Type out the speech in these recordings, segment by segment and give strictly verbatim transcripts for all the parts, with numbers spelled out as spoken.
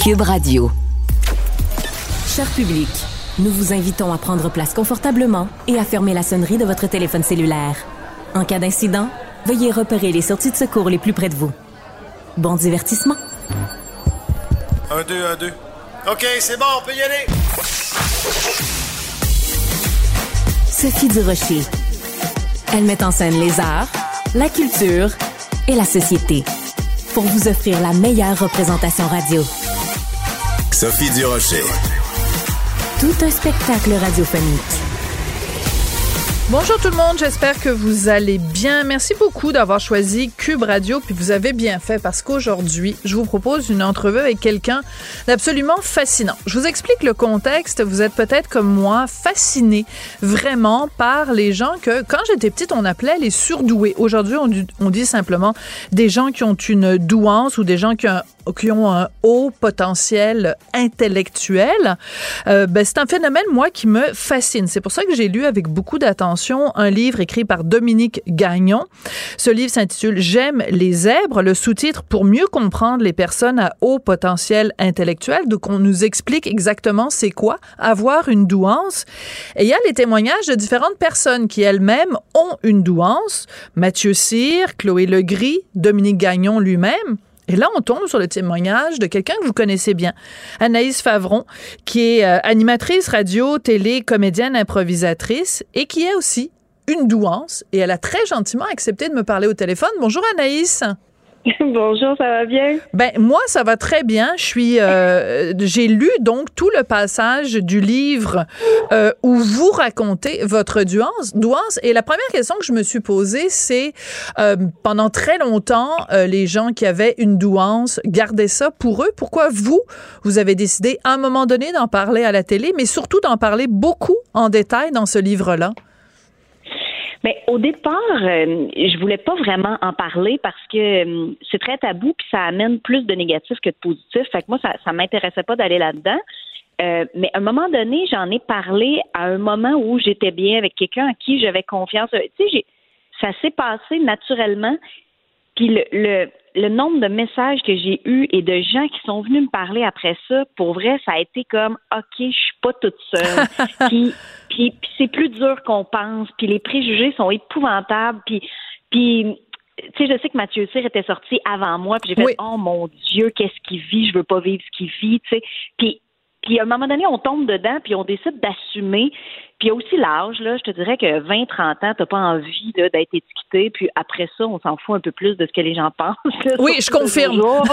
Cube Radio. Cher public, nous vous invitons à prendre place confortablement et à fermer la sonnerie de votre téléphone cellulaire. En cas d'incident, veuillez repérer les sorties de secours les plus près de vous. Bon divertissement. Un, deux, un, deux. OK, c'est bon, on peut y aller. Sophie Durocher. Elle met en scène les arts, la culture et la société pour vous offrir la meilleure représentation radio. Sophie Durocher. Tout un spectacle radiophonique. Bonjour tout le monde, j'espère que vous allez bien. Merci beaucoup d'avoir choisi Cube Radio, puis vous avez bien fait parce qu'aujourd'hui, je vous propose une entrevue avec quelqu'un d'absolument fascinant. Je vous explique le contexte. Vous êtes peut-être comme moi fasciné vraiment par les gens que, quand j'étais petite, on appelait les surdoués. Aujourd'hui, on dit, on dit simplement des gens qui ont une douance ou des gens qui ont un qui ont un haut potentiel intellectuel. Euh, ben, c'est un phénomène, moi, qui me fascine. C'est pour ça que j'ai lu avec beaucoup d'attention un livre écrit par Dominique Gagnon. Ce livre s'intitule « J'aime les zèbres », le sous-titre « Pour mieux comprendre les personnes à haut potentiel intellectuel ». Donc, on nous explique exactement c'est quoi avoir une douance. Et il y a les témoignages de différentes personnes qui elles-mêmes ont une douance. Mathieu Cyr, Chloé Legris, Dominique Gagnon lui-même. Et là, on tombe sur le témoignage de quelqu'un que vous connaissez bien, Anaïs Favron, qui est euh, animatrice radio, télé, comédienne, improvisatrice et qui est aussi une douance. Et elle a très gentiment accepté de me parler au téléphone. Bonjour Anaïs. Bonjour, ça va bien? Ben moi, ça va très bien. Je suis, euh, j'ai lu donc tout le passage du livre euh, où vous racontez votre douance. Douance. Et la première question que je me suis posée, c'est euh, pendant très longtemps, euh, les gens qui avaient une douance gardaient ça pour eux. Pourquoi vous, vous avez décidé à un moment donné d'en parler à la télé, mais surtout d'en parler beaucoup en détail dans ce livre-là? Mais au départ, euh, je voulais pas vraiment en parler parce que euh, c'est très tabou puis ça amène plus de négatifs que de positifs. Fait que moi, ça, ça m'intéressait pas d'aller là-dedans. Euh, mais à un moment donné, j'en ai parlé à un moment où j'étais bien avec quelqu'un à qui j'avais confiance. Tu sais, j'ai, ça s'est passé naturellement. Puis le, le, le nombre de messages que j'ai eus et de gens qui sont venus me parler après ça, pour vrai, ça a été comme « OK, je suis pas toute seule. » Puis Puis, puis c'est plus dur qu'on pense, puis les préjugés sont épouvantables, puis, puis tu sais, je sais que Mathieu Cyr était sorti avant moi, puis j'ai fait oui. « Oh mon Dieu, qu'est-ce qu'il vit? Je veux pas vivre ce qu'il vit. » Tu sais, puis puis à un moment donné, on tombe dedans, puis on décide d'assumer. Puis il y a aussi l'âge, là, je te dirais que vingt trente ans, t'as pas envie là, d'être étiqueté, puis après ça, on s'en fout un peu plus de ce que les gens pensent. Là, oui, je confirme. Jours,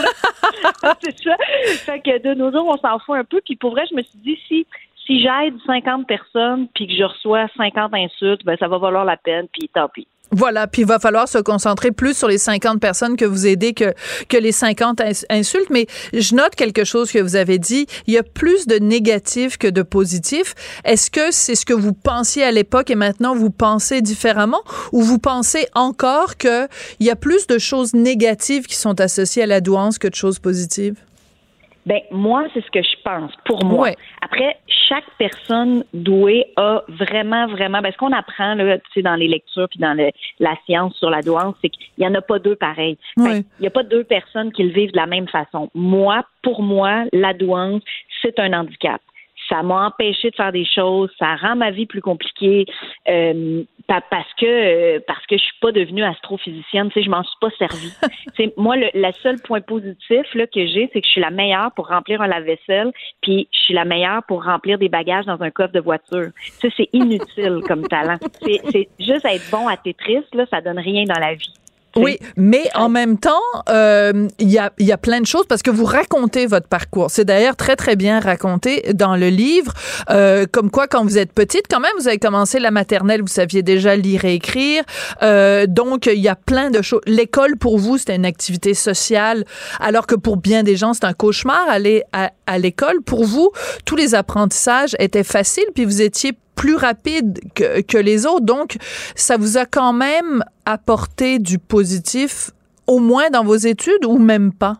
c'est ça. Fait que de nos jours, on s'en fout un peu, puis pour vrai, je me suis dit, si si j'aide cinquante personnes, puis que je reçois cinquante insultes, ben ça va valoir la peine, puis tant pis. Voilà, puis il va falloir se concentrer plus sur les cinquante personnes que vous aidez que que les cinquante ins- insultes. Mais je note quelque chose que vous avez dit. Il y a plus de négatifs que de positifs. Est-ce que c'est ce que vous pensiez à l'époque et maintenant vous pensez différemment, ou vous pensez encore que il y a plus de choses négatives qui sont associées à la douance que de choses positives? Ben moi, c'est ce que je pense, pour moi. Ouais. Après, chaque personne douée a vraiment, vraiment... Ben, ce qu'on apprend là, tu sais, dans les lectures puis dans le, la science sur la douance, c'est qu'il n'y en a pas deux pareils. Ouais. Il n'y a pas deux personnes qui le vivent de la même façon. Moi, pour moi, la douance, c'est un handicap. Ça m'a empêché de faire des choses, ça rend ma vie plus compliquée euh, parce que euh, parce que je suis pas devenue astrophysicienne, tu sais, je m'en suis pas servie. C'est moi le, le seul point positif là que j'ai, c'est que je suis la meilleure pour remplir un lave-vaisselle, puis je suis la meilleure pour remplir des bagages dans un coffre de voiture. Tu sais, c'est inutile comme talent. C'est, c'est juste être bon à Tetris là, ça donne rien dans la vie. Oui, mais en même temps, euh, il y a, il y a plein de choses parce que vous racontez votre parcours. C'est d'ailleurs très, très bien raconté dans le livre. Euh, comme quoi, quand vous êtes petite, quand même, vous avez commencé la maternelle, vous saviez déjà lire et écrire. Euh, donc, il y a plein de choses. L'école, pour vous, c'était une activité sociale, alors que pour bien des gens, c'est un cauchemar aller à, à l'école. Pour vous, tous les apprentissages étaient faciles, puis vous étiez plus rapide que, que les autres. Donc, ça vous a quand même apporté du positif, au moins dans vos études, ou même pas?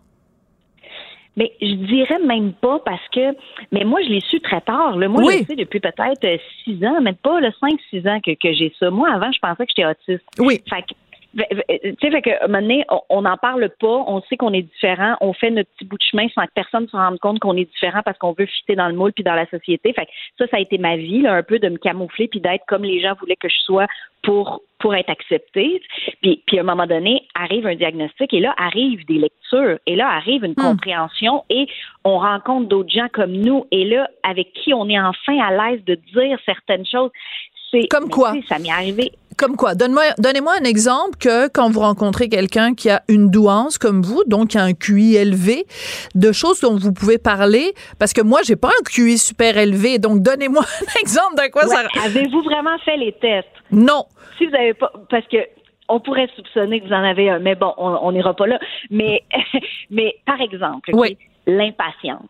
Mais je dirais même pas parce que, mais moi, je l'ai su très tard. Là. Moi, oui. je le sais depuis peut-être six ans, même pas le cinq six ans que, que j'ai ça. Moi, avant, je pensais que j'étais autiste. Oui. Fait que Tu sais, fait que, à un moment donné, on n'en parle pas, on sait qu'on est différent, on fait notre petit bout de chemin sans que personne se rende compte qu'on est différent parce qu'on veut fitter dans le moule puis dans la société. Fait que ça, ça a été ma vie, là, un peu de me camoufler puis d'être comme les gens voulaient que je sois pour pour être acceptée. Puis, puis à un moment donné, arrive un diagnostic et là, arrivent des lectures et là, arrive une mmh. compréhension et on rencontre d'autres gens comme nous et là, avec qui on est enfin à l'aise de dire certaines choses. C'est, comme quoi? Ça m'est arrivé. Comme quoi? Donne-moi, donnez-moi un exemple que quand vous rencontrez quelqu'un qui a une douance comme vous, donc qui a un Q I élevé, de choses dont vous pouvez parler, parce que moi, j'ai pas un Q I super élevé, donc donnez-moi un exemple de quoi ouais, ça... Avez-vous vraiment fait les tests? Non. Si vous avez pas... Parce que on pourrait soupçonner que vous en avez un, mais bon, on n'ira pas là. Mais, mais par exemple, oui. l'impatience.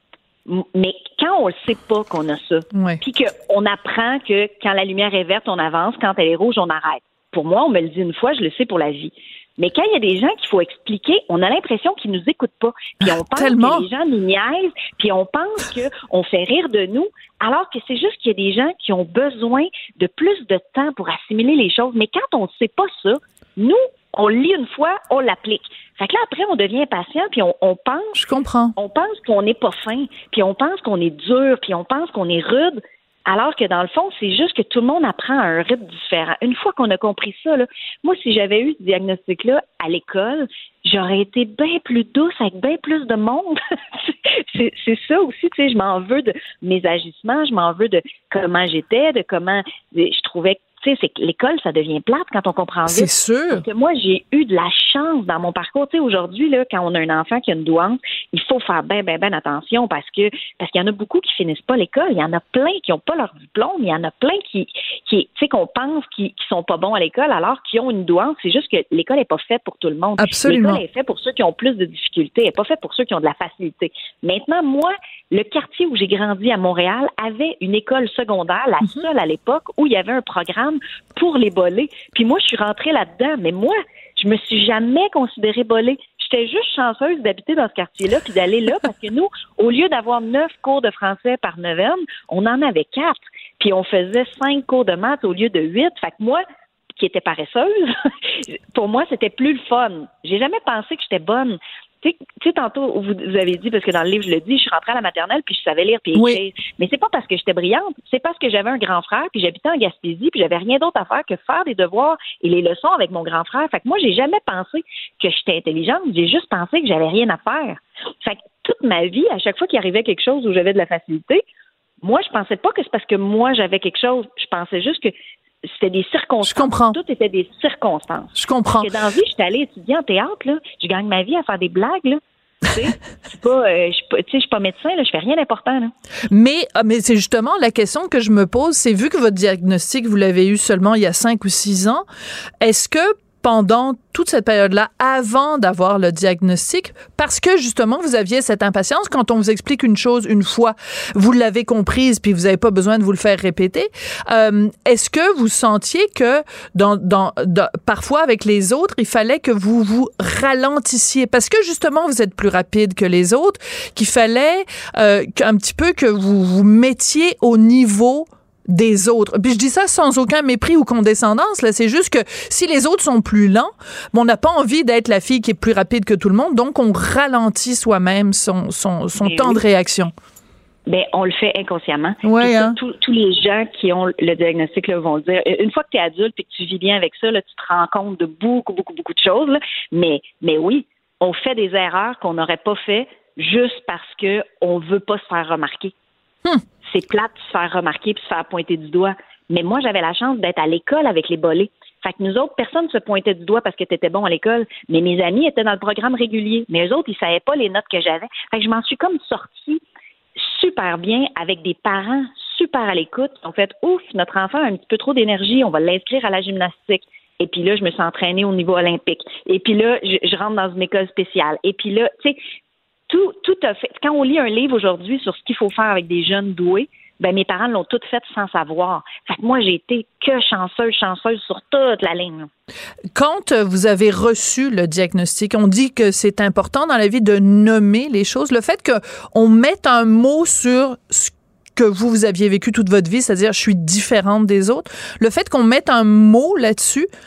Mais quand on ne sait pas qu'on a ça, ouais. puis qu'on apprend que quand la lumière est verte, on avance, quand elle est rouge, on arrête. Pour moi, on me le dit une fois, je le sais pour la vie. Mais quand il y a des gens qu'il faut expliquer, on a l'impression qu'ils nous écoutent pas. Puis on pense Tellement. que les gens nous niaisent, puis on pense qu'on fait rire de nous, alors que c'est juste qu'il y a des gens qui ont besoin de plus de temps pour assimiler les choses. Mais quand on ne sait pas ça, nous, on le lit une fois, on l'applique. Fait que là, après, on devient patient, puis on, on pense... Je comprends. On pense qu'on n'est pas fin, puis on pense qu'on est dur, puis on pense qu'on est rude, alors que dans le fond, c'est juste que tout le monde apprend à un rythme différent. Une fois qu'on a compris ça, là, moi, si j'avais eu ce diagnostic-là à l'école, j'aurais été bien plus douce avec bien plus de monde. c'est, c'est ça aussi, tu sais, je m'en veux de mes agissements, je m'en veux de comment j'étais, de comment je trouvais que tu sais, c'est que l'école, ça devient plate quand on comprend vite. C'est sûr. Parce que moi, j'ai eu de la chance dans mon parcours. Tu sais, aujourd'hui, là, quand on a un enfant qui a une douance, il faut faire bien, bien, bien attention parce que parce qu'il y en a beaucoup qui finissent pas l'école. Il y en a plein qui n'ont pas leur diplôme. Il y en a plein qui, qui tu sais, qu'on pense qui, qui sont pas bons à l'école alors qu'ils ont une douance. C'est juste que l'école n'est pas faite pour tout le monde. Absolument. L'école est faite pour ceux qui ont plus de difficultés. Elle n'est pas faite pour ceux qui ont de la facilité. Maintenant, moi, le quartier où j'ai grandi à Montréal avait une école secondaire, la mm-hmm. seule à l'époque où il y avait un programme pour les bolés. Puis moi, je suis rentrée là-dedans. Mais moi, je me suis jamais considérée bolée. J'étais juste chanceuse d'habiter dans ce quartier-là puis d'aller là parce que nous, au lieu d'avoir neuf cours de français par neuvaine, on en avait quatre. Puis on faisait cinq cours de maths au lieu de huit. Fait que moi, qui étais paresseuse, pour moi, c'était plus le fun. J'ai jamais pensé que j'étais bonne. Tu sais, tantôt, vous, vous avez dit, parce que dans le livre, je le dis, je suis rentrée à la maternelle, puis je savais lire puis écrire. Oui. Mais c'est pas parce que j'étais brillante, c'est parce que j'avais un grand frère, puis j'habitais en Gaspésie, puis j'avais rien d'autre à faire que faire des devoirs et les leçons avec mon grand frère. Fait que moi, j'ai jamais pensé que j'étais intelligente, j'ai juste pensé que j'avais rien à faire. Fait que toute ma vie, à chaque fois qu'il arrivait quelque chose où j'avais de la facilité, moi, je pensais pas que c'est parce que moi, j'avais quelque chose. Je pensais juste que c'était des circonstances. Je comprends. Tout était des circonstances. Je comprends. Parce que dans la vie, j'étais allée étudier en théâtre, là. Je gagne ma vie à faire des blagues, là. Tu sais, c'est pas, euh, je suis pas, tu sais, je suis pas médecin, là. Je fais rien d'important, là. Mais, mais c'est justement la question que je me pose, c'est vu que votre diagnostic, vous l'avez eu seulement il y a cinq ou six ans, est-ce que pendant toute cette période-là, avant d'avoir le diagnostic, parce que justement, vous aviez cette impatience, quand on vous explique une chose une fois, vous l'avez comprise, puis vous n'avez pas besoin de vous le faire répéter, euh, est-ce que vous sentiez que, dans, dans, dans, parfois avec les autres, il fallait que vous vous ralentissiez, parce que justement, vous êtes plus rapide que les autres, qu'il fallait euh, un petit peu que vous vous mettiez au niveau des autres. Puis je dis ça sans aucun mépris ou condescendance, là. C'est juste que si les autres sont plus lents, bon, on n'a pas envie d'être la fille qui est plus rapide que tout le monde, donc on ralentit soi-même son, son, son temps oui. de réaction. Ben, on le fait inconsciemment. Ouais, hein? Tous les gens qui ont le diagnostic là, vont le dire. Une fois que tu es adulte et que tu vis bien avec ça, là, tu te rends compte de beaucoup, beaucoup, beaucoup de choses. Là. Mais, mais oui, on fait des erreurs qu'on n'aurait pas fait juste parce qu'on ne veut pas se faire remarquer. Hum. C'est plate de se faire remarquer puis se faire pointer du doigt. Mais moi, j'avais la chance d'être à l'école avec les bolés. Fait que nous autres, personne ne se pointait du doigt parce que tu étais bon à l'école. Mais mes amis étaient dans le programme régulier. Mais eux autres, ils savaient pas les notes que j'avais. Fait que je m'en suis comme sortie super bien avec des parents super à l'écoute. En fait, ouf, notre enfant a un petit peu trop d'énergie, on va l'inscrire à la gymnastique. Et puis là, je me suis entraînée au niveau olympique. Et puis là, je, je rentre dans une école spéciale. Et puis là, tu sais, Tout, tout a fait. Quand on lit un livre aujourd'hui sur ce qu'il faut faire avec des jeunes doués, ben mes parents l'ont tout fait sans savoir. Fait que moi, j'ai été que chanceuse, chanceuse sur toute la ligne. Quand vous avez reçu le diagnostic, on dit que c'est important dans la vie de nommer les choses. Le fait qu'on mette un mot sur ce que vous, vous aviez vécu toute votre vie, c'est-à-dire « je suis différente des autres », le fait qu'on mette un mot là-dessus,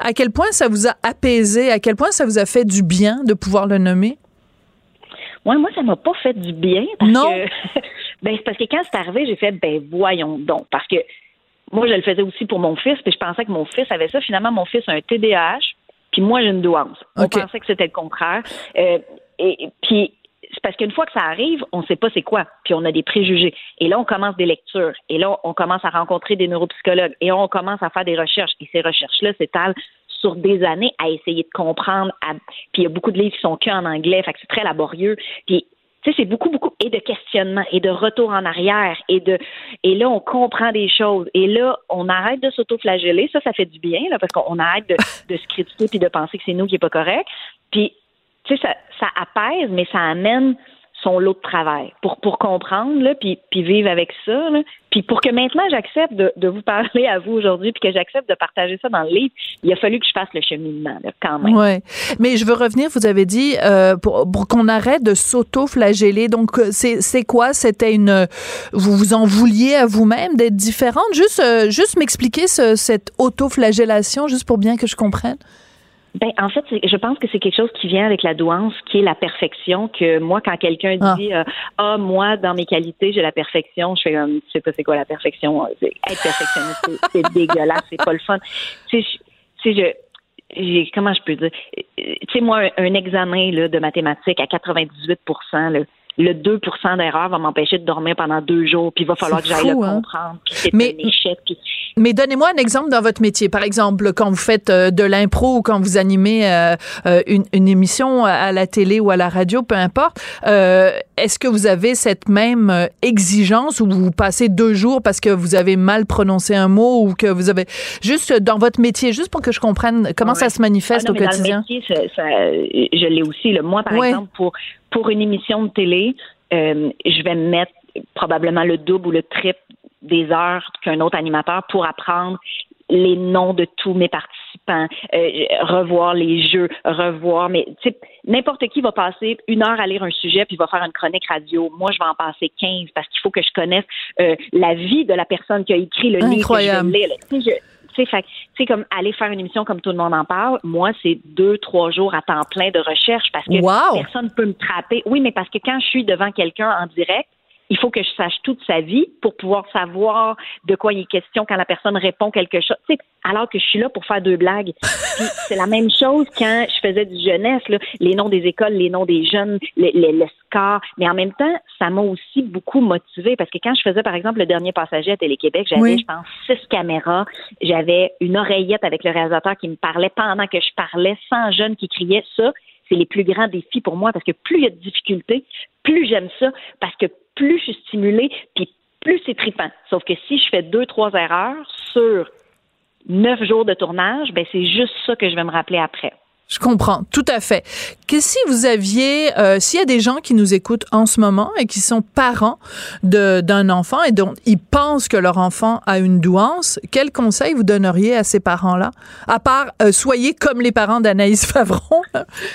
à quel point ça vous a apaisé, à quel point ça vous a fait du bien de pouvoir le nommer? Ouais, moi, ça m'a pas fait du bien parce non. que ben c'est parce que quand c'est arrivé, j'ai fait ben voyons donc parce que moi je le faisais aussi pour mon fils, puis je pensais que mon fils avait ça. Finalement, mon fils a un T D A H, puis moi j'ai une douance. Okay. On pensait que c'était le contraire. Euh, et, et puis c'est parce qu'une fois que ça arrive, on sait pas c'est quoi, puis on a des préjugés. Et là, on commence des lectures, et là, on commence à rencontrer des neuropsychologues, et on commence à faire des recherches. Et ces recherches-là s'étalent sur des années à essayer de comprendre. À... Puis il y a beaucoup de livres qui sont qu'en anglais, fait que c'est très laborieux. Puis tu sais, c'est beaucoup, beaucoup, et de questionnement, et de retour en arrière, et de, et là, on comprend des choses, et là, on arrête de s'auto-flageller, ça, ça fait du bien, là, parce qu'on arrête de, de se critiquer puis de penser que c'est nous qui est pas correct. Puis, tu sais, ça, ça apaise, mais ça amène son lot de travail pour, pour comprendre, là, puis, puis vivre avec ça, là. Puis pour que maintenant j'accepte de, de vous parler à vous aujourd'hui, puis que j'accepte de partager ça dans le livre, il a fallu que je fasse le cheminement, là, quand même. Oui, mais je veux revenir, vous avez dit, euh, pour, pour qu'on arrête de s'auto-flageller. Donc, c'est, c'est quoi? C'était une... Vous vous en vouliez à vous-même d'être différente? Juste, euh, juste m'expliquer ce, cette auto-flagellation, juste pour bien que je comprenne. Ben, en fait, c'est, je pense que c'est quelque chose qui vient avec la douance, qui est la perfection, que moi, quand quelqu'un dit, ah, euh, ah moi, dans mes qualités, j'ai la perfection, je fais comme, je sais pas c'est quoi la perfection, c'est, être perfectionniste, c'est, c'est dégueulasse, c'est pas le fun. Tu sais, je, je, j'ai, comment je peux dire, tu sais, moi, un, un examen, là, de mathématiques à quatre-vingt-dix-huit pour cent, là, le deux pour cent d'erreur va m'empêcher de dormir pendant deux jours, puis il va falloir c'est que j'aille fou, le hein? comprendre, puis c'est mais, un échec. Puis... Mais donnez-moi un exemple dans votre métier. Par exemple, quand vous faites euh, de l'impro ou quand vous animez euh, euh, une, une émission à la télé ou à la radio, peu importe, euh, est-ce que vous avez cette même euh, exigence où vous passez deux jours parce que vous avez mal prononcé un mot ou que vous avez... Juste dans votre métier, juste pour que je comprenne comment ouais. ça se manifeste ah non, au quotidien. Dans le métier, ça, ça, je l'ai aussi. Là. Moi, par ouais. exemple, pour... Pour une émission de télé, euh, je vais me mettre probablement le double ou le triple des heures qu'un autre animateur pour apprendre les noms de tous mes participants, euh, revoir les jeux, revoir... mais tu sais, n'importe qui va passer une heure à lire un sujet puis va faire une chronique radio. Moi, je vais en passer quinze parce qu'il faut que je connaisse euh, la vie de la personne qui a écrit le livre que je vais lire. Tu sais, je... Tu sais, comme aller faire une émission comme tout le monde en parle, moi, c'est deux, trois jours à temps plein de recherche parce que wow. personne ne peut me trapper. Oui, mais parce que quand je suis devant quelqu'un en direct, il faut que je sache toute sa vie pour pouvoir savoir de quoi il est question quand la personne répond quelque chose. Tu sais, alors que je suis là pour faire deux blagues. Puis c'est la même chose quand je faisais du jeunesse, là, les noms des écoles, les noms des jeunes, le, le, le score. Mais en même temps, ça m'a aussi beaucoup motivée parce que quand je faisais, par exemple, Le Dernier Passager à Télé-Québec, j'avais, oui. je pense, six caméras. J'avais une oreillette avec le réalisateur qui me parlait pendant que je parlais, cent jeunes qui criaient. Ça, c'est les plus grands défis pour moi parce que plus il y a de difficultés, plus j'aime ça parce que plus je suis stimulée, puis plus c'est trippant. Sauf que si je fais deux, trois erreurs sur neuf jours de tournage, ben c'est juste ça que je vais me rappeler après. Je comprends, tout à fait. Que si vous aviez, euh, s'il y a des gens qui nous écoutent en ce moment et qui sont parents de, d'un enfant et dont ils pensent que leur enfant a une douance, quel conseil vous donneriez à ces parents-là? À part, euh, soyez comme les parents d'Anaïs Favron.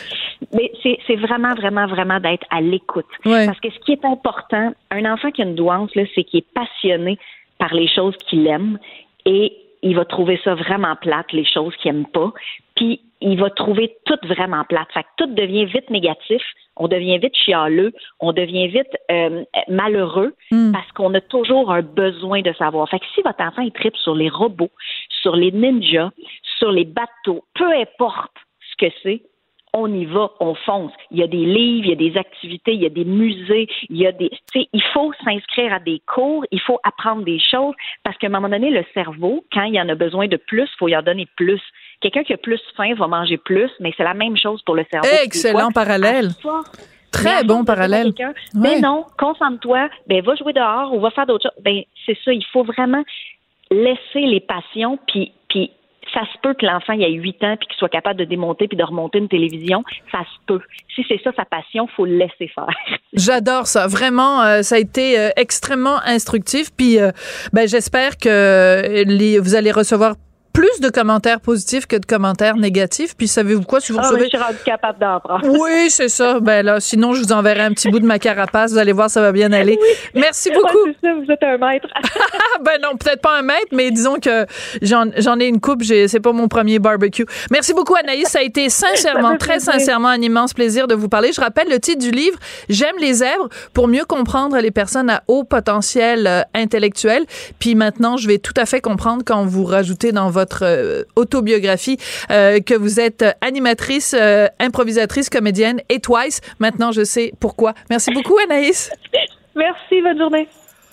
Mais c'est, c'est vraiment, vraiment, vraiment d'être à l'écoute. Ouais. Parce que ce qui est important, un enfant qui a une douance, là, c'est qu'il est passionné par les choses qu'il aime et il va trouver ça vraiment plate, les choses qu'il aime pas. Puis, il va trouver tout vraiment plate. Fait que tout devient vite négatif, on devient vite chialeux, on devient vite euh, malheureux mm. parce qu'on a toujours un besoin de savoir. Fait que si votre enfant, il tripe sur les robots, sur les ninjas, sur les bateaux, peu importe ce que c'est, on y va, on fonce. Il y a des livres, il y a des activités, il y a des musées, il y a des... Tu sais, il faut s'inscrire à des cours, il faut apprendre des choses, parce qu'à un moment donné, le cerveau, quand il en a besoin de plus, il faut y en donner plus. Quelqu'un qui a plus faim va manger plus, mais c'est la même chose pour le cerveau. Excellent parallèle. Très bon parallèle. Ben ouais. non, concentre-toi, ben va jouer dehors ou va faire d'autres choses. Ben c'est ça, il faut vraiment laisser les passions, puis puis ça se peut que l'enfant il ait huit ans puis qu'il soit capable de démonter puis de remonter une télévision, ça se peut. Si c'est ça sa passion, faut le laisser faire. J'adore ça, vraiment, euh, ça a été euh, extrêmement instructif. Puis euh, ben j'espère que les, vous allez recevoir plus de commentaires positifs que de commentaires négatifs. Puis savez-vous quoi? Si vous ah, recevez... oui, je suis rendue capable d'en prendre. Oui, c'est ça. Ben là, sinon, je vous enverrai un petit bout de ma carapace. Vous allez voir, ça va bien aller. Oui. Merci beaucoup. Ouais, c'est ça, vous êtes un maître. Ben non, peut-être pas un maître, mais disons que j'en, j'en ai une coupe. J'ai, c'est pas mon premier barbecue. Merci beaucoup, Anaïs. Ça a été sincèrement, très sincèrement, un immense plaisir de vous parler. Je rappelle le titre du livre, J'aime les zèbres, pour mieux comprendre les personnes à haut potentiel euh, intellectuel. Puis maintenant, je vais tout à fait comprendre quand vous rajoutez dans votre euh, autobiographie euh, que vous êtes animatrice, euh, improvisatrice, comédienne et twice. Maintenant, je sais pourquoi. Merci beaucoup, Anaïs. Merci, bonne journée.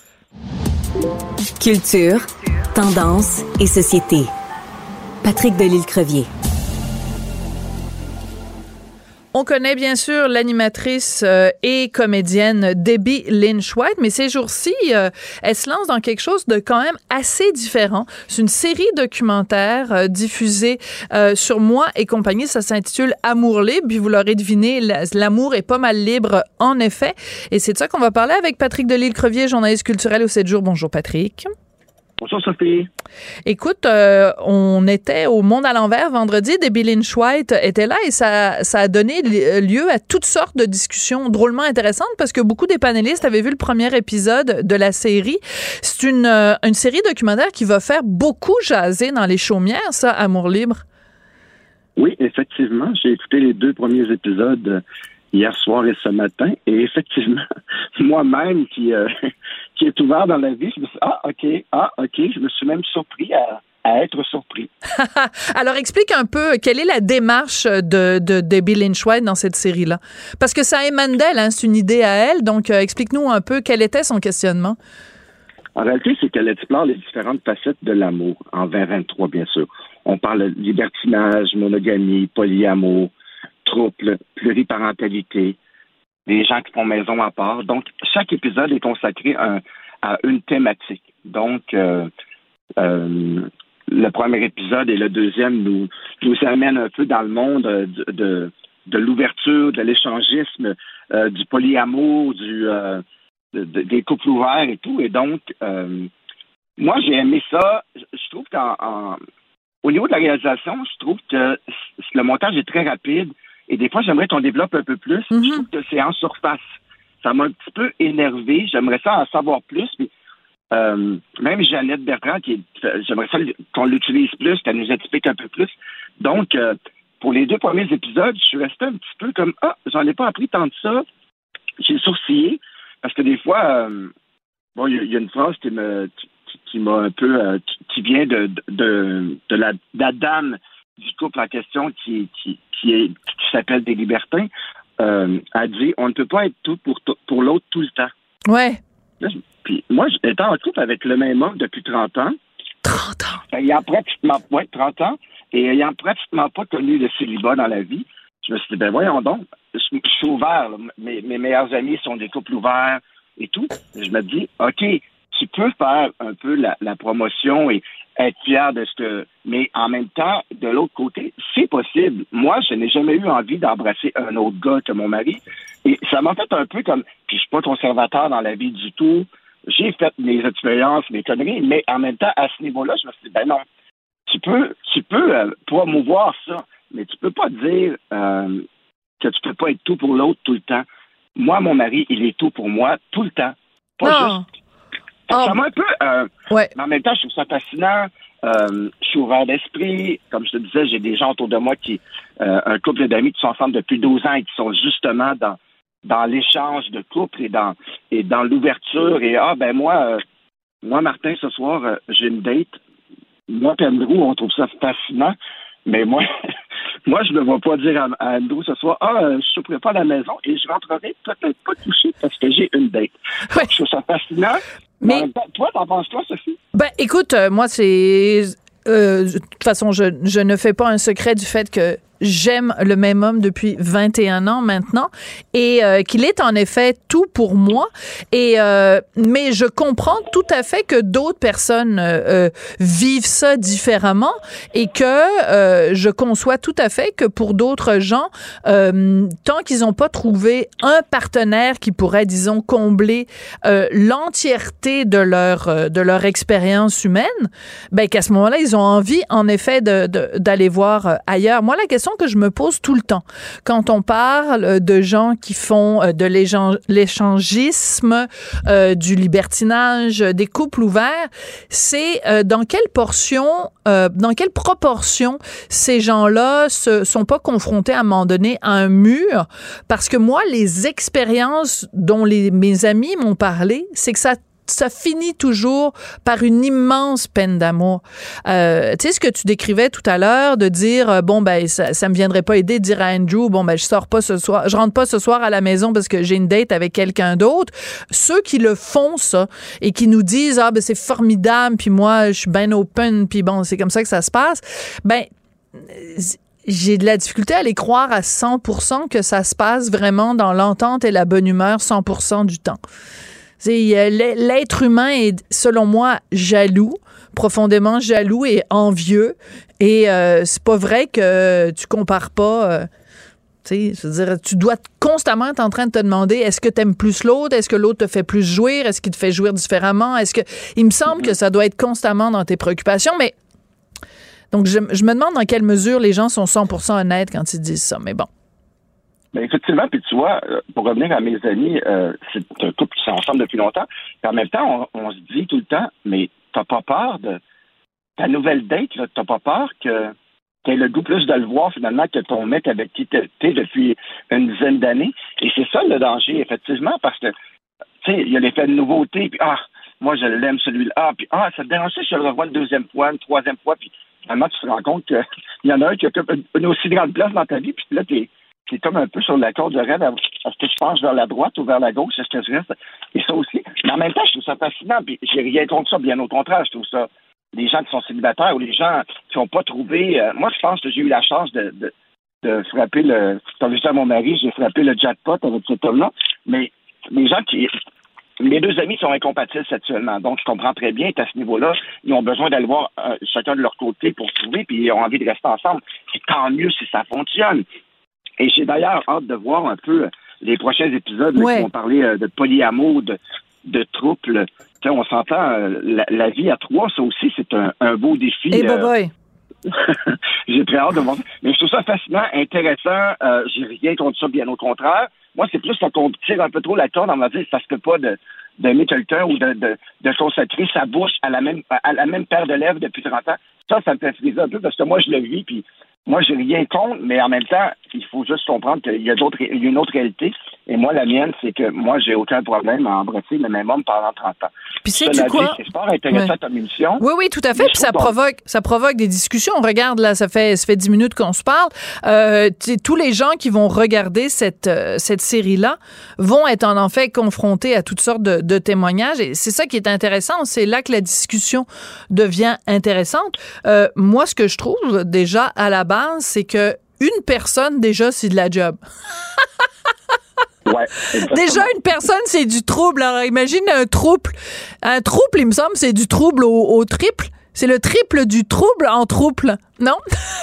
Culture, tendance et société. Patrick Delisle-Crevier. On connaît bien sûr l'animatrice euh, et comédienne Debbie Lynch White, mais ces jours-ci, euh, elle se lance dans quelque chose de quand même assez différent. C'est une série documentaire euh, diffusée euh, sur Moi et compagnie. Ça s'intitule Amour libre. Puis vous l'aurez deviné, l'amour est pas mal libre en effet. Et c'est de ça qu'on va parler avec Patrick Delisle-Crevier, journaliste culturel au sept jours. Bonjour Patrick. Bonjour Sophie. Écoute, euh, on était au Monde à l'envers vendredi. Debbie Lynch White était là et ça, ça a donné lieu à toutes sortes de discussions drôlement intéressantes parce que beaucoup des panélistes avaient vu le premier épisode de la série. C'est une, euh, une série documentaire qui va faire beaucoup jaser dans les chaumières, ça, Amour libre. Oui, effectivement. J'ai écouté les deux premiers épisodes hier soir et ce matin. Et effectivement, moi-même qui... Euh, qui est ouvert dans la vie, je me suis dit, ah, OK, ah, OK, je me suis même surpris à, à être surpris. Alors, explique un peu, quelle est la démarche de, de Debbie Lynch White dans cette série-là? Parce que ça émane d'elle, hein, c'est une idée à elle, donc euh, explique-nous un peu quel était son questionnement. En réalité, c'est qu'elle explore les différentes facettes de l'amour, en vingt vingt-trois, bien sûr. On parle de libertinage, monogamie, polyamour, trouble, pluriparentalité, des gens qui font maison à part. Donc, chaque épisode est consacré à, à une thématique. Donc, euh, euh, le premier épisode et le deuxième nous, nous amènent un peu dans le monde de, de, de l'ouverture, de l'échangisme, euh, du polyamour, du, euh, de, de, des couples ouverts et tout. Et donc, euh, moi, j'ai aimé ça. Je trouve qu'au niveau de la réalisation, je trouve que le montage est très rapide. Et des fois, j'aimerais qu'on développe un peu plus. Mm-hmm. Je trouve que c'est en surface. Ça m'a un petit peu énervé. J'aimerais ça en savoir plus. Puis, euh, même Jeannette Bertrand, qui est, j'aimerais ça qu'on l'utilise plus, qu'elle nous explique un peu plus. Donc, euh, pour les deux premiers épisodes, je suis resté un petit peu comme « Ah, j'en ai pas appris tant de ça. » J'ai sourcillé. Parce que des fois, euh, bon, il y, y a une phrase qui me qui, qui m'a un peu... Euh, qui, qui vient de, de, de, de, la, de la dame du couple en question qui, qui, qui, est, qui s'appelle des libertins, euh, a dit on ne peut pas être tout pour, pour l'autre tout le temps. Ouais. Là, je, puis moi, j'étais en couple avec le même homme depuis trente ans. trente ans? Ayant pratiquement, ouais, trente ans, et ayant pratiquement pas connu le célibat dans la vie, je me suis dit, ben voyons donc, je, je suis ouvert. Mes, mes meilleurs amis sont des couples ouverts et tout. Et je me dis, OK, tu peux faire un peu la, la promotion et être fier de ce que... Mais en même temps, de l'autre côté, c'est possible. Moi, je n'ai jamais eu envie d'embrasser un autre gars que mon mari. Et ça m'a fait un peu comme... Puis je suis pas conservateur dans la vie du tout. J'ai fait mes expériences, mes conneries, mais en même temps, à ce niveau-là, je me suis dit, ben non, tu peux, tu peux euh, promouvoir ça, mais tu peux pas dire euh, que tu peux pas être tout pour l'autre tout le temps. Moi, mon mari, il est tout pour moi tout le temps. Pas non. juste... Oh. Ça m'a un peu... Euh, ouais. Mais en même temps, je trouve ça fascinant. Euh, je suis ouvert d'esprit. Comme je te disais, j'ai des gens autour de moi qui... Euh, un couple d'amis qui sont ensemble depuis douze ans et qui sont justement dans, dans l'échange de couple et dans, et dans l'ouverture. Et ah, ben moi, euh, moi Martin, ce soir, euh, j'ai une date. Moi et Andrew, on trouve ça fascinant. Mais moi, moi, je ne me vois pas dire à, à Andrew ce soir, ah, euh, je ne souperai pas à la maison et je rentrerai peut-être pas touché parce que j'ai une date. Ouais. Je trouve ça fascinant. Mais... Mais toi, t'en penses quoi, Sophie? Ben, écoute, euh, moi, c'est... Euh, de toute façon, je, je ne fais pas un secret du fait que j'aime le même homme depuis vingt et un ans maintenant et euh, qu'il est en effet tout pour moi. Et euh, mais je comprends tout à fait que d'autres personnes euh, vivent ça différemment et que euh, je conçois tout à fait que pour d'autres gens, euh, tant qu'ils n'ont pas trouvé un partenaire qui pourrait, disons, combler euh, l'entièreté de leur euh, de leur expérience humaine, ben qu'à ce moment-là, ils ont envie, en effet, de, de d'aller voir euh, ailleurs. Moi, la question que je me pose tout le temps, quand on parle de gens qui font euh, de l'échangisme, euh, du libertinage, des couples ouverts, c'est euh, dans quelle portion, euh, dans quelle proportion ces gens-là se sont pas confrontés à un moment donné à un mur, parce que moi, les expériences dont les, mes amis m'ont parlé, c'est que ça ça finit toujours par une immense peine d'amour. Euh, tu sais, ce que tu décrivais tout à l'heure, de dire, euh, bon, ben, ça, ça me viendrait pas aider de dire à Andrew, bon, ben, je sors pas ce soir, je rentre pas ce soir à la maison parce que j'ai une date avec quelqu'un d'autre. Ceux qui le font, ça, et qui nous disent, ah, ben, c'est formidable, puis moi, je suis ben open, puis bon, c'est comme ça que ça se passe, ben, j'ai de la difficulté à les croire à cent pour cent que ça se passe vraiment dans l'entente et la bonne humeur cent pour cent du temps. C'est, l'être humain est, selon moi, jaloux, profondément jaloux et envieux. Et euh, c'est pas vrai que tu compares pas. Euh, tu sais, je veux dire, tu dois constamment être en train de te demander, est-ce que t'aimes plus l'autre? Est-ce que l'autre te fait plus jouir? Est-ce qu'il te fait jouir différemment? Est-ce que, il me semble que ça doit être constamment dans tes préoccupations, mais donc je, je me demande dans quelle mesure les gens sont cent pour cent honnêtes quand ils disent ça, mais bon. Ben effectivement, puis tu vois, pour revenir à mes amis, euh, c'est un couple qui sont ensemble depuis longtemps. Puis en même temps, on, on se dit tout le temps, mais t'as pas peur de ta nouvelle date, là, t'as pas peur que t'aies le goût plus de le voir finalement que ton mec avec qui t'es depuis une dizaine d'années. Et c'est ça le danger, effectivement, parce que tu sais, il y a l'effet de nouveauté, puis ah, moi je l'aime celui-là, ah, puis ah, ça te dérange si je le revois une deuxième fois, une troisième fois, puis finalement tu te rends compte qu'il y en a un qui occupe une, une aussi grande place dans ta vie, puis là t'es c'est comme un peu sur la corde de raide. Est-ce que je penche vers la droite ou vers la gauche? Est-ce que je reste? Et ça aussi. Mais en même temps, je trouve ça fascinant. Puis j'ai rien contre ça. Bien au contraire, je trouve ça. Les gens qui sont célibataires ou les gens qui n'ont pas trouvé. Euh, moi, je pense que j'ai eu la chance de, de, de frapper le. Comme je disais à mon mari, j'ai frappé le jackpot avec cet homme-là. Mais les gens qui. Mes deux amis sont incompatibles sexuellement. Donc, je comprends très bien qu'à ce niveau-là, ils ont besoin d'aller voir euh, chacun de leur côté pour trouver, puis ils ont envie de rester ensemble. C'est tant mieux si ça fonctionne. Et j'ai d'ailleurs hâte de voir un peu les prochains épisodes ouais. qui vont parler euh, de polyamour, de, de trouble. T'sais, on s'entend, euh, la, la vie à trois, ça aussi, c'est un, un beau défi. Hey, euh, bye bye. J'ai très hâte de voir. Mais je trouve ça fascinant, intéressant. Euh, j'ai rien contre ça, bien au contraire. Moi, c'est plus quand on tire un peu trop la corde, on va dire ça se peut pas de d'aimer quelqu'un ou de, de, de consacrer sa bouche à la même à la même paire de lèvres depuis trente ans. Ça, ça me fait friser un peu parce que moi, je le vis, puis moi, j'ai rien contre, mais en même temps, il faut juste comprendre qu'il y a d'autres, il y a une autre réalité. Et moi, la mienne, c'est que moi, j'ai aucun problème à embrasser le même homme pendant trente ans. Puis sais-tu quoi? C'est fort intéressant ouais. comme émission. Oui, oui, tout à fait. Puis ça provoque, ça provoque des discussions. Regarde, là, ça fait, ça fait dix minutes qu'on se parle. Euh, tous les gens qui vont regarder cette, euh, cette série-là vont être en fait confrontés à toutes sortes de, de témoignages. Et c'est ça qui est intéressant. C'est là que la discussion devient intéressante. Euh, moi, ce que je trouve déjà à la base, c'est que une personne, déjà, c'est de la job. Ouais, déjà, une personne, c'est du trouble. Alors, imagine un trouble. Un trouble, il me semble, c'est du trouble au, au triple. C'est le triple du trouble en trouble, non?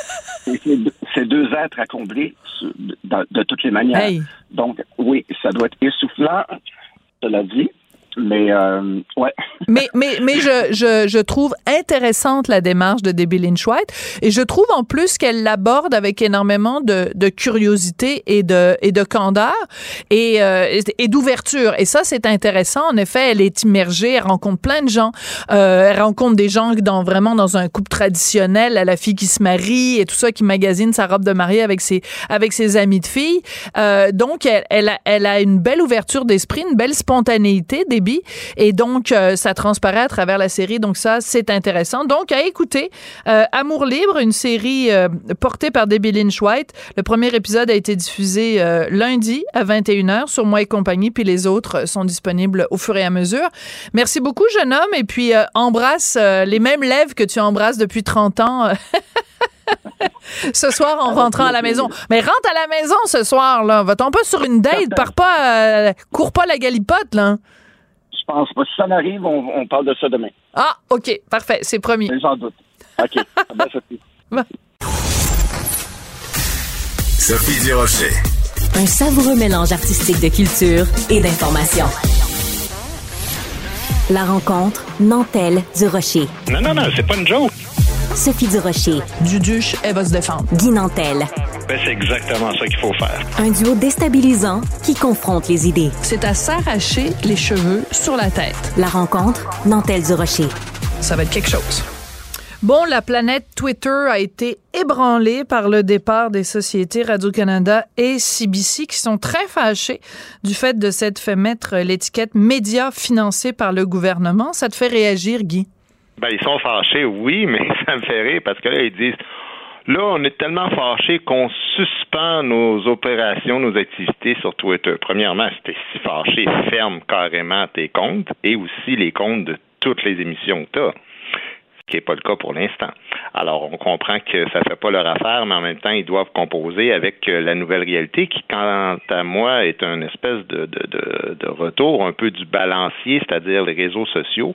C'est deux êtres à combler de, de toutes les manières. Hey. Donc, oui, ça doit être essoufflant, cela dit. Mais, euh, ouais. Mais, mais, mais je, je, je trouve intéressante la démarche de Debbie Lynch White et je trouve en plus qu'elle l'aborde avec énormément de, de curiosité et de, et de candeur et, euh, et d'ouverture. Et ça, c'est intéressant. En effet, elle est immergée, elle rencontre plein de gens. Euh, elle rencontre des gens dans, vraiment dans un couple traditionnel, la fille qui se marie et tout ça, qui magasine sa robe de mariée avec ses, avec ses amis de filles. Euh, donc, elle, elle, a, elle a une belle ouverture d'esprit, une belle spontanéité, des et donc, euh, ça transparaît à travers la série. Donc, ça, c'est intéressant. Donc, à écouter, euh, Amour libre, une série euh, portée par Debbie Lynch White. Le premier épisode a été diffusé euh, lundi à vingt et une heures sur Moi et compagnie, puis les autres sont disponibles au fur et à mesure. Merci beaucoup, jeune homme, et puis euh, embrasse euh, les mêmes lèvres que tu embrasses depuis trente ans. Ce soir, en rentrant à la maison. Mais rentre à la maison ce soir, là. Va-t-on pas sur une date? Pars pas, euh, cours pas la galipote, là. Je pense pas. Si ça n'arrive, on, on parle de ça demain. Ah, OK. Parfait. C'est promis. Mais j'en doute. OK. Ben, Sophie. Ben. Sophie Durocher. Un savoureux mélange artistique de culture et d'information. La rencontre Nantel-Durocher. Non, non, non, c'est pas une joke. Sophie Durocher. Duduche, elle va se défendre. Guy Nantel. Ben, c'est exactement ça qu'il faut faire. Un duo déstabilisant qui confronte les idées. C'est à s'arracher les cheveux sur la tête. La rencontre Nantel-Durocher. Ça va être quelque chose. Bon, la planète Twitter a été ébranlée par le départ des sociétés Radio-Canada et C B C qui sont très fâchés du fait de s'être fait mettre l'étiquette média financé par le gouvernement. Ça te fait réagir, Guy? Ben, ils sont fâchés, oui, mais ça me fait rire parce que là, ils disent là, on est tellement fâchés qu'on suspend nos opérations, nos activités sur Twitter. Premièrement, si t'es si fâché, ferme carrément tes comptes et aussi les comptes de toutes les émissions que t'as. Ce qui n'est pas le cas pour l'instant. Alors, on comprend que ça ne fait pas leur affaire, mais en même temps, ils doivent composer avec la nouvelle réalité qui, quant à moi, est une espèce de, de, de, de retour un peu du balancier, c'est-à-dire les réseaux sociaux.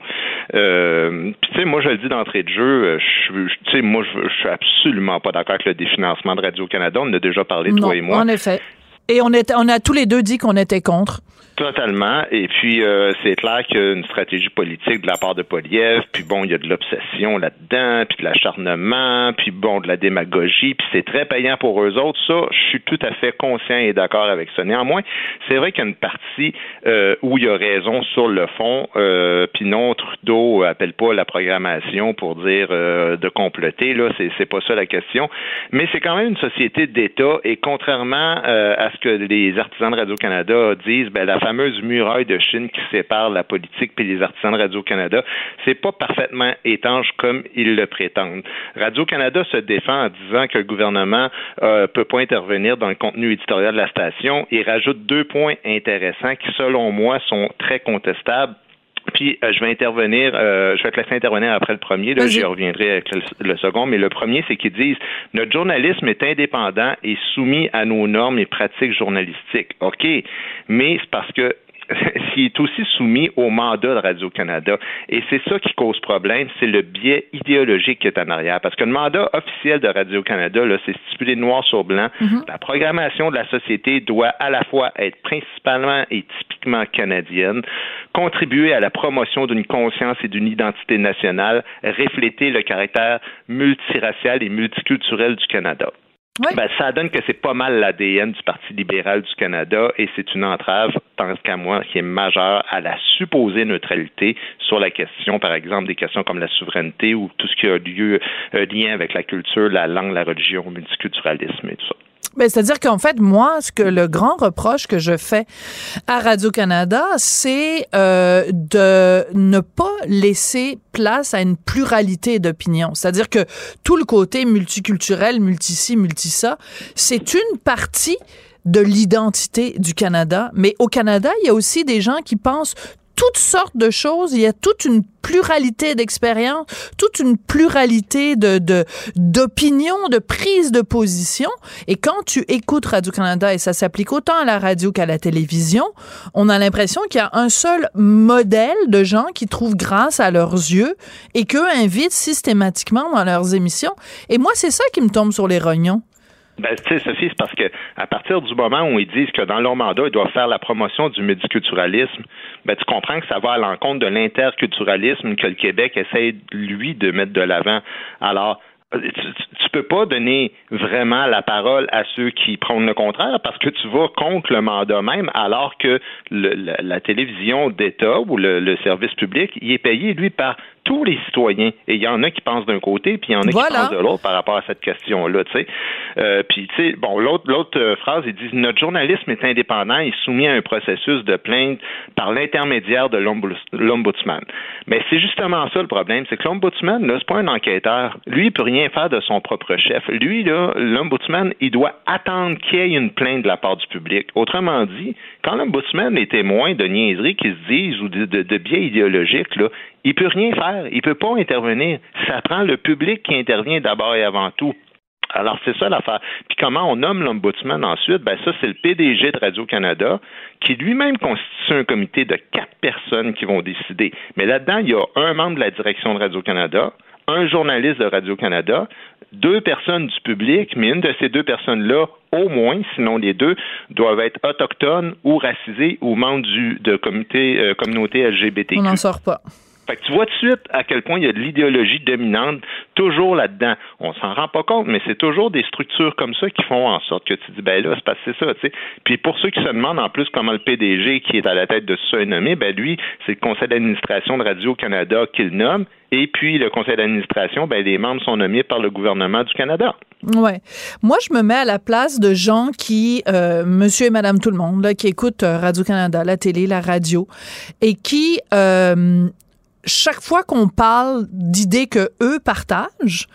Euh, Puis, tu sais, moi, je le dis d'entrée de jeu, je, tu sais, moi, je, je suis absolument pas d'accord avec le définancement de Radio-Canada. On en a déjà parlé, non, toi et moi. En effet. Et on, est, on a tous les deux dit qu'on était contre. Totalement. Et puis, euh, c'est clair qu'il y a une stratégie politique de la part de Poilievre. Puis bon, il y a de l'obsession là-dedans, puis de l'acharnement, puis bon, de la démagogie. Puis c'est très payant pour eux autres. Ça, je suis tout à fait conscient et d'accord avec ça. Néanmoins, c'est vrai qu'il y a une partie euh, où il y a raison sur le fond. Euh, puis non, Trudeau appelle pas la programmation pour dire euh, de comploter. Là, c'est, c'est pas ça la question. Mais c'est quand même une société d'État. Et contrairement euh, à ce que les artisans de Radio-Canada disent, ben la fameuse muraille de Chine qui sépare la politique puis les artisans de Radio-Canada, c'est pas parfaitement étanche comme ils le prétendent. Radio-Canada se défend en disant que le gouvernement euh, peut pas intervenir dans le contenu éditorial de la station et rajoute deux points intéressants qui, selon moi, sont très contestables. Puis, euh, je vais intervenir, euh, je vais te laisser intervenir après le premier, là, j'y reviendrai avec le, le second, mais le premier, c'est qu'ils disent « Notre journalisme est indépendant et soumis à nos normes et pratiques journalistiques. » OK, mais c'est parce que s'il est aussi soumis au mandat de Radio-Canada. Et c'est ça qui cause problème, c'est le biais idéologique qui est en arrière. Parce que le mandat officiel de Radio-Canada, là, c'est stipulé noir sur blanc. Mm-hmm. La programmation de la société doit à la fois être principalement et typiquement canadienne, contribuer à la promotion d'une conscience et d'une identité nationale, refléter le caractère multiracial et multiculturel du Canada. Oui. Ben, ça donne que c'est pas mal l'A D N du Parti libéral du Canada et c'est une entrave, tant qu'à moi, qui est majeure à la supposée neutralité sur la question, par exemple, des questions comme la souveraineté ou tout ce qui a lieu, euh, lien avec la culture, la langue, la religion, le multiculturalisme et tout ça. Ben, c'est-à-dire qu'en fait, moi, ce que le grand reproche que je fais à Radio-Canada, c'est euh, de ne pas laisser place à une pluralité d'opinions. C'est-à-dire que tout le côté multiculturel, multi-ci, multi-ça, c'est une partie de l'identité du Canada. Mais au Canada, il y a aussi des gens qui pensent toutes sortes de choses, il y a toute une pluralité d'expériences, toute une pluralité de, de, d'opinions, de prises de position. Et quand tu écoutes Radio-Canada, et ça s'applique autant à la radio qu'à la télévision, on a l'impression qu'il y a un seul modèle de gens qui trouvent grâce à leurs yeux et qu'eux invitent systématiquement dans leurs émissions. Et moi, c'est ça qui me tombe sur les rognons. Ben, tu sais, Sophie, c'est parce que à partir du moment où ils disent que dans leur mandat, ils doivent faire la promotion du multiculturalisme, ben, tu comprends que ça va à l'encontre de l'interculturalisme que le Québec essaie, lui, de mettre de l'avant. Alors, tu, tu peux pas donner vraiment la parole à ceux qui prônent le contraire parce que tu vas contre le mandat même, alors que le, la, la télévision d'État ou le, le service public, il est payé, lui, par tous les citoyens. Et il y en a qui pensent d'un côté, puis il y en a voilà. qui pensent de l'autre par rapport à cette question-là, tu sais. Euh, puis, tu sais, bon, l'autre, l'autre euh, phrase, ils disent « Notre journalisme est indépendant et soumis à un processus de plainte par l'intermédiaire de l'ombudsman. » Mais c'est justement ça le problème, c'est que l'ombudsman, là, c'est pas un enquêteur. Lui, il peut rien faire de son propre chef. Lui, là, l'ombudsman, il doit attendre qu'il y ait une plainte de la part du public. Autrement dit, quand l'ombudsman est témoin de niaiseries qui se disent ou de, de, de biais idéologiques, là, il peut rien faire. Il peut pas intervenir. Ça prend le public qui intervient d'abord et avant tout. Alors, c'est ça l'affaire. Puis comment on nomme l'ombudsman ensuite? Ben ça, c'est le P D G de Radio-Canada qui lui-même constitue un comité de quatre personnes qui vont décider. Mais là-dedans, il y a un membre de la direction de Radio-Canada, un journaliste de Radio-Canada, deux personnes du public, mais une de ces deux personnes-là, au moins, sinon les deux, doivent être autochtones ou racisés ou membres du de comité, euh, communauté L G B T Q. On n'en sort pas. Fait que tu vois tout de suite à quel point il y a de l'idéologie dominante toujours là-dedans. On s'en rend pas compte, mais c'est toujours des structures comme ça qui font en sorte que tu dis, ben là, c'est parce que c'est ça, tu sais. Puis pour ceux qui se demandent en plus comment le P D G qui est à la tête de ça est nommé, ben lui, c'est le conseil d'administration de Radio-Canada qui le nomme. Et puis, le conseil d'administration, ben les membres sont nommés par le gouvernement du Canada. Ouais. Moi, je me mets à la place de gens qui, euh, monsieur et madame tout le monde, là, qui écoutent euh, Radio-Canada, la télé, la radio, et qui... Euh, chaque fois qu'on parle d'idées que eux partagent,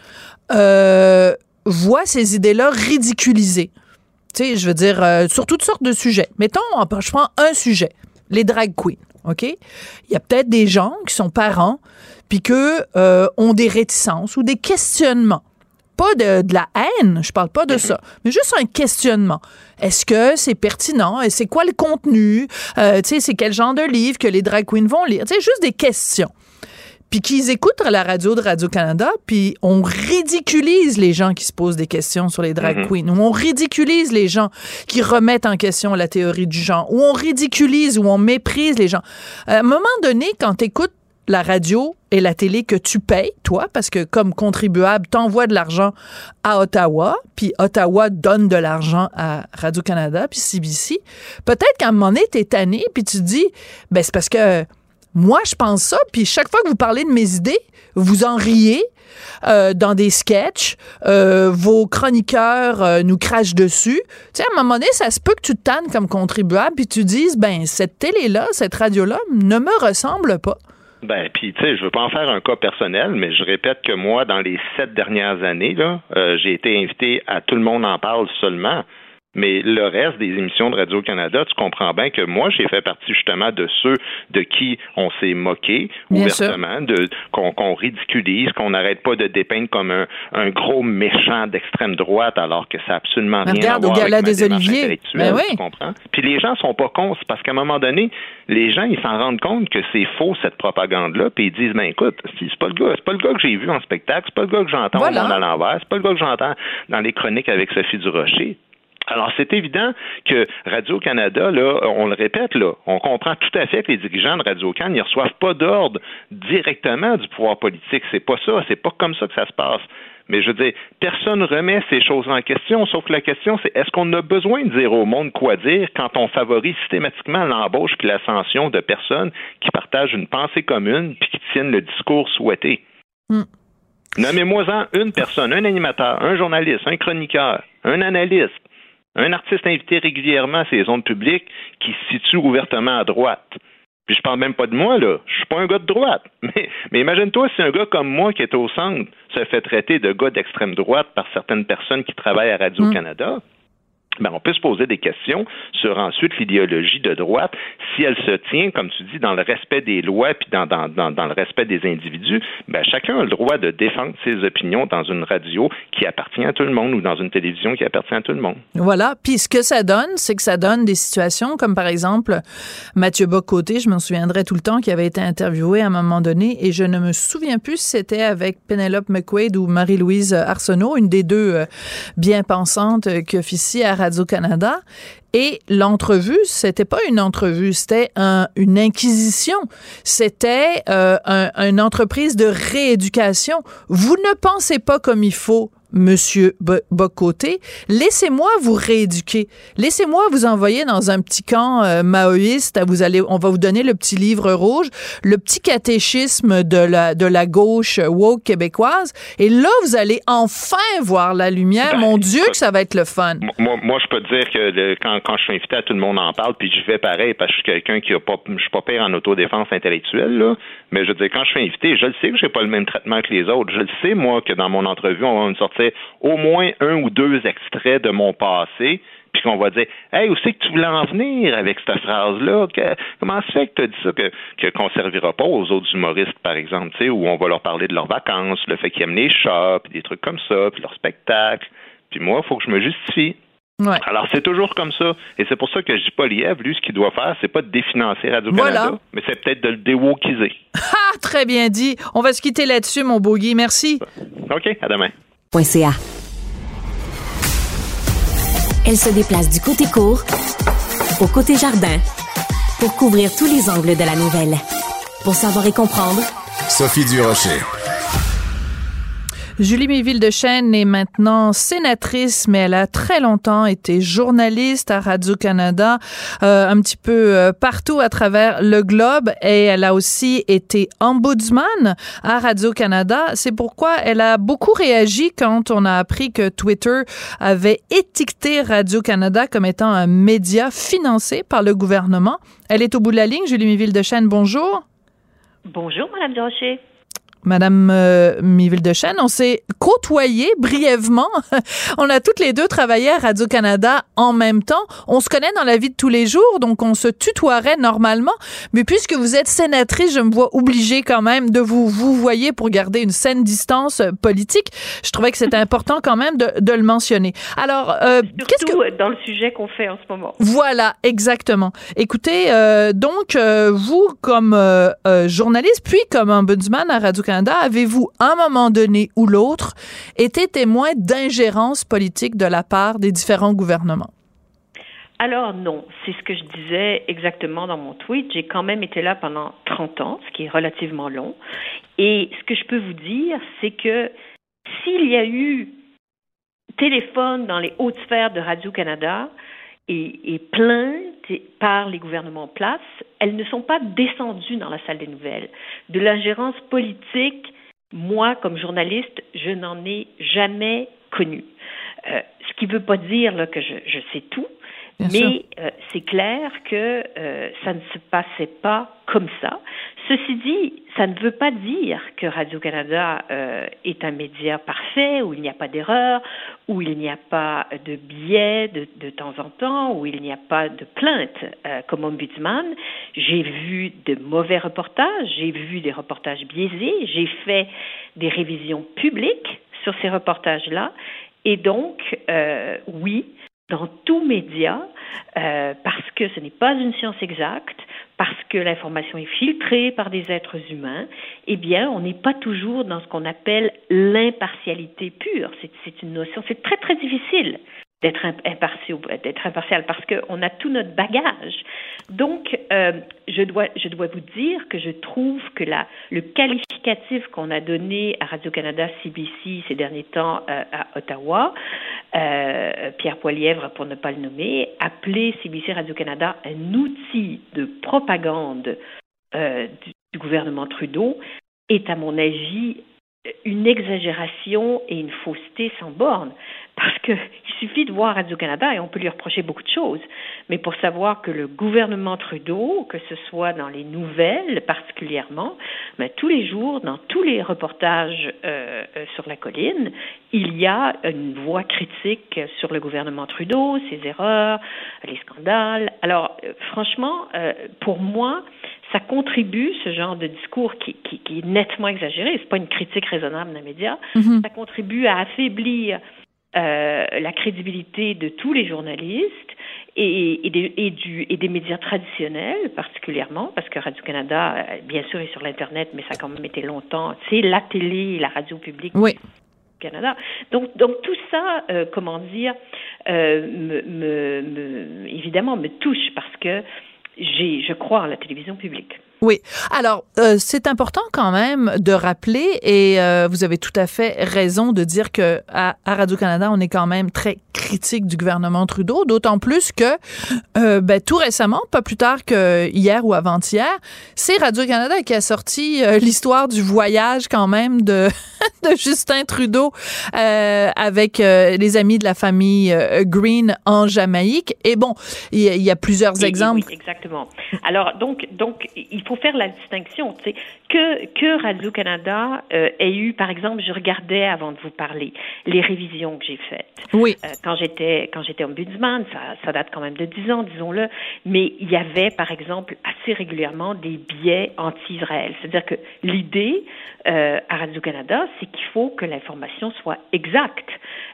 euh, voient ces idées-là ridiculisées. Tu sais, je veux dire, euh, sur toutes sortes de sujets. Mettons, je prends un sujet, les drag queens, OK? Il y a peut-être des gens qui sont parents puis que euh, ont des réticences ou des questionnements. Pas de, de la haine, je parle pas de ça, mais juste un questionnement. Est-ce que c'est pertinent? Et c'est quoi le contenu? Euh, tu sais, c'est quel genre de livre que les drag queens vont lire? Tu sais, juste des questions. Puis qu'ils écoutent la radio de Radio-Canada, puis on ridiculise les gens qui se posent des questions sur les drag queens, ou on ridiculise les gens qui remettent en question la théorie du genre, ou on ridiculise, ou on méprise les gens. À un moment donné, quand t'écoutes la radio et la télé que tu payes, toi, parce que comme contribuable, t'envoies de l'argent à Ottawa, puis Ottawa donne de l'argent à Radio-Canada, puis C B C, peut-être qu'à un moment donné, t'es tanné, puis tu te dis, ben c'est parce que moi, je pense ça, puis chaque fois que vous parlez de mes idées, vous en riez euh, dans des sketchs, euh, vos chroniqueurs euh, nous crachent dessus. Tu sais, à un moment donné, ça se peut que tu te tannes comme contribuable, puis tu dises, ben cette télé-là, cette radio-là ne me ressemble pas. Ben, puis tu sais, je veux pas en faire un cas personnel, mais je répète que moi, dans les sept dernières années, là, euh, j'ai été invité à Tout le monde en parle seulement. Mais le reste des émissions de Radio-Canada, tu comprends bien que moi, j'ai fait partie justement de ceux de qui on s'est moqué Bien ouvertement, de, qu'on, qu'on ridiculise, qu'on n'arrête pas de dépeindre comme un, un gros méchant d'extrême droite, alors que ça n'a absolument rien Regarde, à voir au gala avec ma des démarche Oliviers. intellectuelle, Ben oui. tu comprends? Puis les gens sont pas cons, c'est parce qu'à un moment donné, les gens, ils s'en rendent compte que c'est faux, cette propagande-là, puis ils disent, ben écoute, c'est pas le gars, c'est pas le gars que j'ai vu en spectacle, c'est pas le gars que j'entends Voilà. au Monde à l'envers, c'est pas le gars que j'entends dans les chroniques avec Sophie Durocher. Alors, c'est évident que Radio-Canada, là, on le répète, là, on comprend tout à fait que les dirigeants de Radio-Can ne reçoivent pas d'ordre directement du pouvoir politique. C'est pas ça, c'est pas comme ça que ça se passe. Mais je veux dire, personne ne remet ces choses en question, sauf que la question, c'est est-ce qu'on a besoin de dire au monde quoi dire quand on favorise systématiquement l'embauche puis l'ascension de personnes qui partagent une pensée commune puis qui tiennent le discours souhaité? Mm. Nommez-moi-en une personne, un animateur, un journaliste, un chroniqueur, un analyste, un artiste invité régulièrement à ces zones publiques qui se situe ouvertement à droite. Puis je parle même pas de moi, là. Je suis pas un gars de droite. Mais, mais imagine-toi si un gars comme moi qui est au centre se fait traiter de gars d'extrême droite par certaines personnes qui travaillent à Radio-Canada. Mmh. Ben, on peut se poser des questions sur ensuite l'idéologie de droite, si elle se tient, comme tu dis, dans le respect des lois puis dans, dans, dans, dans le respect des individus. Ben, chacun a le droit de défendre ses opinions dans une radio qui appartient à tout le monde ou dans une télévision qui appartient à tout le monde. Voilà. Puis ce que ça donne, c'est que ça donne des situations comme par exemple Mathieu Bock-Côté, je m'en souviendrai tout le temps, qui avait été interviewé à un moment donné et je ne me souviens plus si c'était avec Penelope McQuaid ou Marie-Louise Arsenault, une des deux euh, bien pensantes euh, qui officie à Radio-Canada. Et l'entrevue, c'était pas une entrevue, c'était un, une inquisition. C'était euh, un, une entreprise de rééducation. Vous ne pensez pas comme il faut, Monsieur Bock-Côté, laissez-moi vous rééduquer. Laissez-moi vous envoyer dans un petit camp euh, maoïste. Vous allez, on va vous donner le petit livre rouge, le petit catéchisme de la de la gauche woke québécoise. Et là, vous allez enfin voir la lumière. Ben, Mon Dieu, que ça va être le fun. Moi, moi je peux te dire que le, quand, quand je suis invité à Tout le monde en parle, puis je vais pareil parce que je suis quelqu'un qui a pas, je suis pas pire en autodéfense intellectuelle, là. Mais je veux dire, quand je suis invité, je le sais que j'ai pas le même traitement que les autres. Je le sais, moi, que dans mon entrevue, on va me sortir au moins un ou deux extraits de mon passé, puis qu'on va dire « Hey, où c'est que tu voulais en venir avec cette phrase-là? Que, comment se fait que tu as dit ça, que, que, qu'on ne servira pas aux autres humoristes, par exemple, tu sais, où on va leur parler de leurs vacances, le fait qu'ils aiment les chats, puis des trucs comme ça, puis leur spectacle. » Puis moi, il faut que je me justifie. Ouais. Alors, c'est toujours comme ça. Et c'est pour ça que je dis Poilievre, lui, ce qu'il doit faire, c'est pas de définancer Radio-Canada, voilà. mais c'est peut-être de le déwokiser. Ah, très bien dit. On va se quitter là-dessus, mon beau Guy. Merci. OK, à demain. .ca. Elle se déplace du côté court au côté jardin pour couvrir tous les angles de la nouvelle. Pour savoir et comprendre, Sophie Durocher. Julie Méville-Deschênes est maintenant sénatrice, mais elle a très longtemps été journaliste à Radio-Canada, euh, un petit peu euh, partout à travers le globe, et elle a aussi été ombudsman à Radio-Canada. C'est pourquoi elle a beaucoup réagi quand on a appris que Twitter avait étiqueté Radio-Canada comme étant un média financé par le gouvernement. Elle est au bout de la ligne. Julie Méville-Deschênes, bonjour. Bonjour, Madame Durocher. Madame euh, Méville-Deschênes, on s'est côtoyés brièvement. On a toutes les deux travaillé à Radio-Canada en même temps. On se connaît dans la vie de tous les jours, donc on se tutoierait normalement. Mais puisque vous êtes sénatrice, je me vois obligée quand même de vous vous voyez pour garder une saine distance politique. Je trouvais que c'était important quand même de, de le mentionner. Alors, euh, surtout qu'est-ce que... dans le sujet qu'on fait en ce moment. Voilà, exactement. Écoutez, euh, donc, euh, vous, comme euh, euh, journaliste, puis comme ombudsman à Radio-Canada, avez-vous, à un moment donné ou l'autre, été témoin d'ingérence politique de la part des différents gouvernements? Alors non, c'est ce que je disais exactement dans mon tweet. J'ai quand même été là pendant trente ans, ce qui est relativement long. Et ce que je peux vous dire, c'est que s'il y a eu téléphone dans les hautes sphères de Radio-Canada et, et plainte par les gouvernements en place, elles ne sont pas descendues dans la salle des nouvelles. De l'ingérence politique, moi, comme journaliste, je n'en ai jamais connu. Euh, ce qui ne veut pas dire là, que je, je sais tout, Bien mais euh, c'est clair que euh, ça ne se passait pas comme ça. Ceci dit, ça ne veut pas dire que Radio-Canada euh, est un média parfait, où il n'y a pas d'erreur, où il n'y a pas de biais de, de temps en temps, où il n'y a pas de plainte. Euh, comme ombudsman, j'ai vu de mauvais reportages, j'ai vu des reportages biaisés, j'ai fait des révisions publiques sur ces reportages-là. Et donc, euh, oui, dans tout média, euh, parce que ce n'est pas une science exacte, parce que l'information est filtrée par des êtres humains, eh bien, on n'est pas toujours dans ce qu'on appelle l'impartialité pure. C'est, c'est une notion, c'est très, très difficile d'être impartial, d'être impartial parce qu'on a tout notre bagage. Donc, euh, je dois, je dois vous dire que je trouve que la, le qualificatif qu'on a donné à Radio-Canada C B C ces derniers temps euh, à Ottawa, euh, Pierre Poilievre, pour ne pas le nommer, appelé C B C Radio-Canada un outil de propagande euh, du, du gouvernement Trudeau, est à mon avis une exagération et une fausseté sans borne. Parce qu'il suffit de voir Radio-Canada et on peut lui reprocher beaucoup de choses. Mais pour savoir que le gouvernement Trudeau, que ce soit dans les nouvelles particulièrement, ben, tous les jours, dans tous les reportages euh, euh, sur la colline, il y a une voix critique sur le gouvernement Trudeau, ses erreurs, les scandales. Alors, euh, franchement, euh, pour moi, ça contribue, ce genre de discours qui, qui, qui est nettement exagéré, c'est pas une critique raisonnable d'un média, mm-hmm. ça contribue à affaiblir euh, la crédibilité de tous les journalistes et, et, des, et, du, et des médias traditionnels particulièrement, parce que Radio-Canada, bien sûr, est sur l'Internet, mais ça a quand même été longtemps, c'est la télé et la radio publique. Oui. Canada. Donc, donc tout ça, euh, comment dire, euh, me, me, me, évidemment me touche parce que J'ai, je crois en la télévision publique. Oui. Alors, euh, c'est important quand même de rappeler, et euh, vous avez tout à fait raison de dire que à, à Radio-Canada, on est quand même très critique du gouvernement Trudeau, d'autant plus que euh, ben, tout récemment, pas plus tard que hier ou avant-hier, c'est Radio-Canada qui a sorti euh, l'histoire du voyage quand même de, de Justin Trudeau euh, avec euh, les amis de la famille euh, Green en Jamaïque. Et bon, il y, y a plusieurs et, exemples. Oui, exactement. Alors, donc, donc il faut faire la distinction, tu sais, que, que Radio-Canada euh, ait eu, par exemple, je regardais avant de vous parler, les révisions que j'ai faites. Oui. Euh, quand j'étais, quand j'étais ombudsman, ça, ça date quand même de dix ans, disons-le, mais il y avait, par exemple, assez régulièrement des biais anti-Israël. C'est-à-dire que l'idée euh, à Radio-Canada, c'est qu'il faut que l'information soit exacte.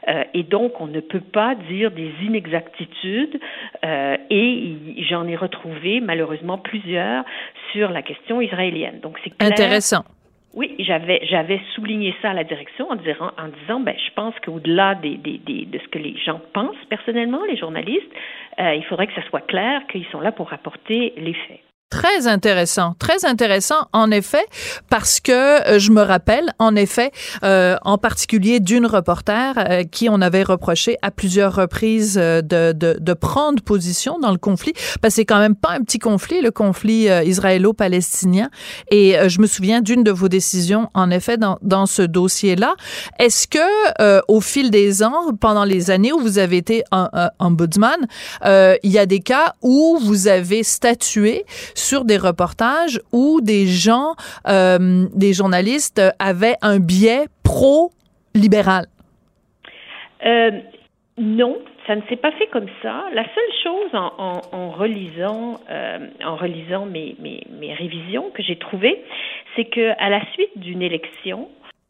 Euh, et donc, on ne peut pas dire des inexactitudes. Euh, et j'en ai retrouvé, malheureusement, plusieurs sur la question israélienne. Donc, c'est clair. Intéressant. Oui, j'avais j'avais souligné ça à la direction en disant, en disant ben, je pense qu'au-delà des, des, des, de ce que les gens pensent personnellement, les journalistes, euh, il faudrait que ça soit clair qu'ils sont là pour rapporter les faits. Très intéressant, très intéressant en effet, parce que euh, je me rappelle en effet, euh, en particulier d'une reporter euh, qui on avait reproché à plusieurs reprises euh, de, de, de prendre position dans le conflit, parce que c'est quand même pas un petit conflit, le conflit euh, israélo-palestinien, et euh, je me souviens d'une de vos décisions en effet dans, dans ce dossier-là. Est-ce que euh, au fil des ans, pendant les années où vous avez été un, un ombudsman, euh, il y a des cas où vous avez statué sur des reportages où des gens, euh, des journalistes avaient un biais pro-libéral? Euh, non, ça ne s'est pas fait comme ça. La seule chose en, en, en relisant, euh, en relisant mes, mes, mes révisions que j'ai trouvées, c'est que à la suite d'une élection,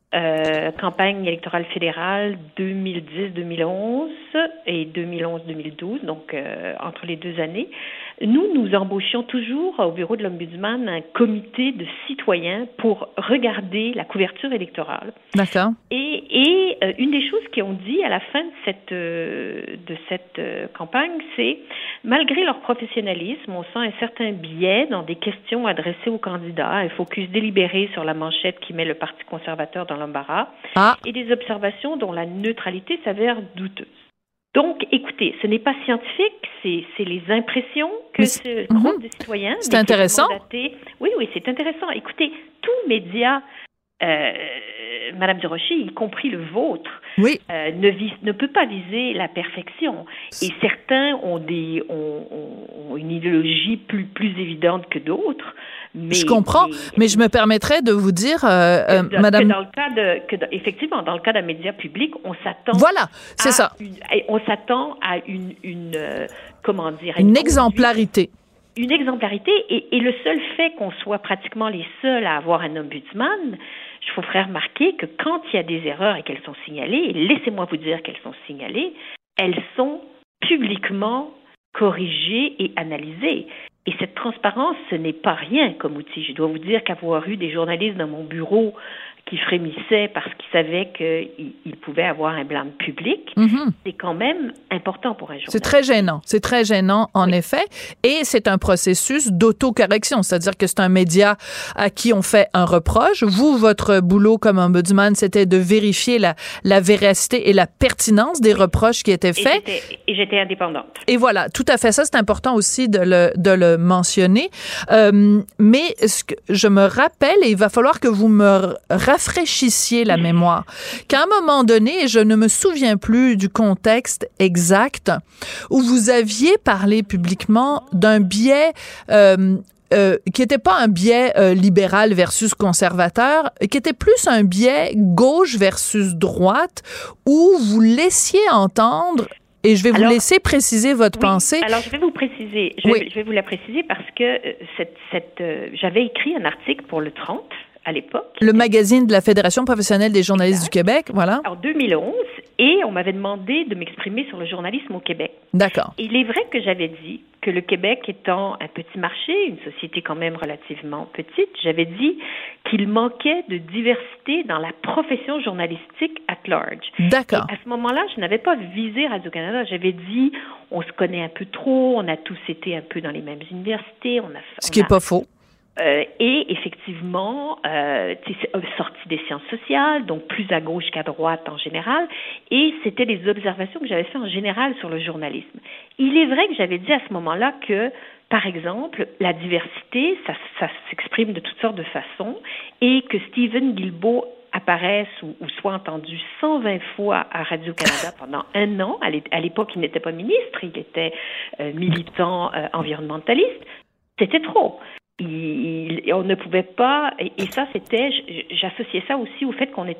Euh, campagne électorale fédérale deux mille dix deux mille onze et deux mille onze deux mille douze, donc euh, entre les deux années, nous, nous embauchions toujours au bureau de l'Ombudsman un comité de citoyens pour regarder la couverture électorale. D'accord. Et, et euh, une des choses qu'ils ont dit à la fin de cette, euh, de cette euh, campagne, c'est, malgré leur professionnalisme, on sent un certain biais dans des questions adressées aux candidats, un focus délibéré sur la manchette qui met le Parti conservateur dans l'embarras, ah. et des observations dont la neutralité s'avère douteuse. Donc, écoutez, ce n'est pas scientifique, c'est, c'est les impressions que ce mm-hmm. groupe de citoyens... C'est intéressant. Mandatés, oui, oui, c'est intéressant. Écoutez, tout média, euh, Madame Durocher, y compris le vôtre, oui. euh, ne, vise, ne peut pas viser la perfection. Et certains ont, des, ont, ont une idéologie plus, plus évidente que d'autres. Mais, je comprends, mais, mais je me permettrais de vous dire, euh, que, euh, Madame... Que dans le cas de, que, effectivement, dans le cas d'un média public, on s'attend... Voilà, c'est ça. Une, on s'attend à une, une euh, comment dire... Une, une exemplarité. Une exemplarité, et, et le seul fait qu'on soit pratiquement les seuls à avoir un ombudsman, je vous ferai remarquer que quand il y a des erreurs et qu'elles sont signalées, et laissez-moi vous dire qu'elles sont signalées, elles sont publiquement corrigées et analysées. Et cette transparence, ce n'est pas rien comme outil. Je dois vous dire qu'avoir eu des journalistes dans mon bureau qui frémissaient parce qu'ils savaient qu'ils ils pouvaient avoir un blâme public, mm-hmm. c'est quand même important pour un journaliste. C'est très gênant. C'est très gênant, en oui. effet. Et c'est un processus d'autocorrection. C'est-à-dire que c'est un média à qui on fait un reproche. Vous, votre boulot comme ombudsman, c'était de vérifier la, la véracité et la pertinence des oui. reproches qui étaient faits. Et j'étais, et j'étais indépendante. Et voilà, tout à fait. Ça, c'est important aussi de le, de le mentionner. Euh, mais ce que je me rappelle, et il va falloir que vous me rafraîchissiez la mémoire, qu'à un moment donné, je ne me souviens plus du contexte exact, où vous aviez parlé publiquement d'un biais euh, euh, qui n'était pas un biais euh, libéral versus conservateur, qui était plus un biais gauche versus droite, où vous laissiez entendre... Et je vais alors, vous laisser préciser votre oui, pensée. Alors, je vais vous préciser. Je, oui. vais, je vais vous la préciser parce que euh, cette, cette, euh, j'avais écrit un article pour le trente à l'époque. Le magazine de la Fédération professionnelle des journalistes exact. Du Québec, voilà. En deux mille onze, et on m'avait demandé de m'exprimer sur le journalisme au Québec. D'accord. Et il est vrai que j'avais dit que le Québec étant un petit marché, une société quand même relativement petite, j'avais dit qu'il manquait de diversité dans la profession journalistique at large. D'accord. Et à ce moment-là, je n'avais pas visé Radio-Canada. J'avais dit, on se connaît un peu trop, on a tous été un peu dans les mêmes universités. On a, Ce on qui n'est a... pas faux. Euh, et effectivement, euh, c'est sorti des sciences sociales, donc plus à gauche qu'à droite en général, et c'était les observations que j'avais faites en général sur le journalisme. Il est vrai que j'avais dit à ce moment-là que, par exemple, la diversité, ça, ça s'exprime de toutes sortes de façons, et que Stephen Guilbeault apparaisse ou, ou soit entendu cent vingt fois à Radio-Canada pendant un an. À l'époque, il n'était pas ministre, il était euh, militant euh, environnementaliste. C'était trop. Il, il, on ne pouvait pas, et, et ça c'était, j'associais ça aussi au fait qu'on était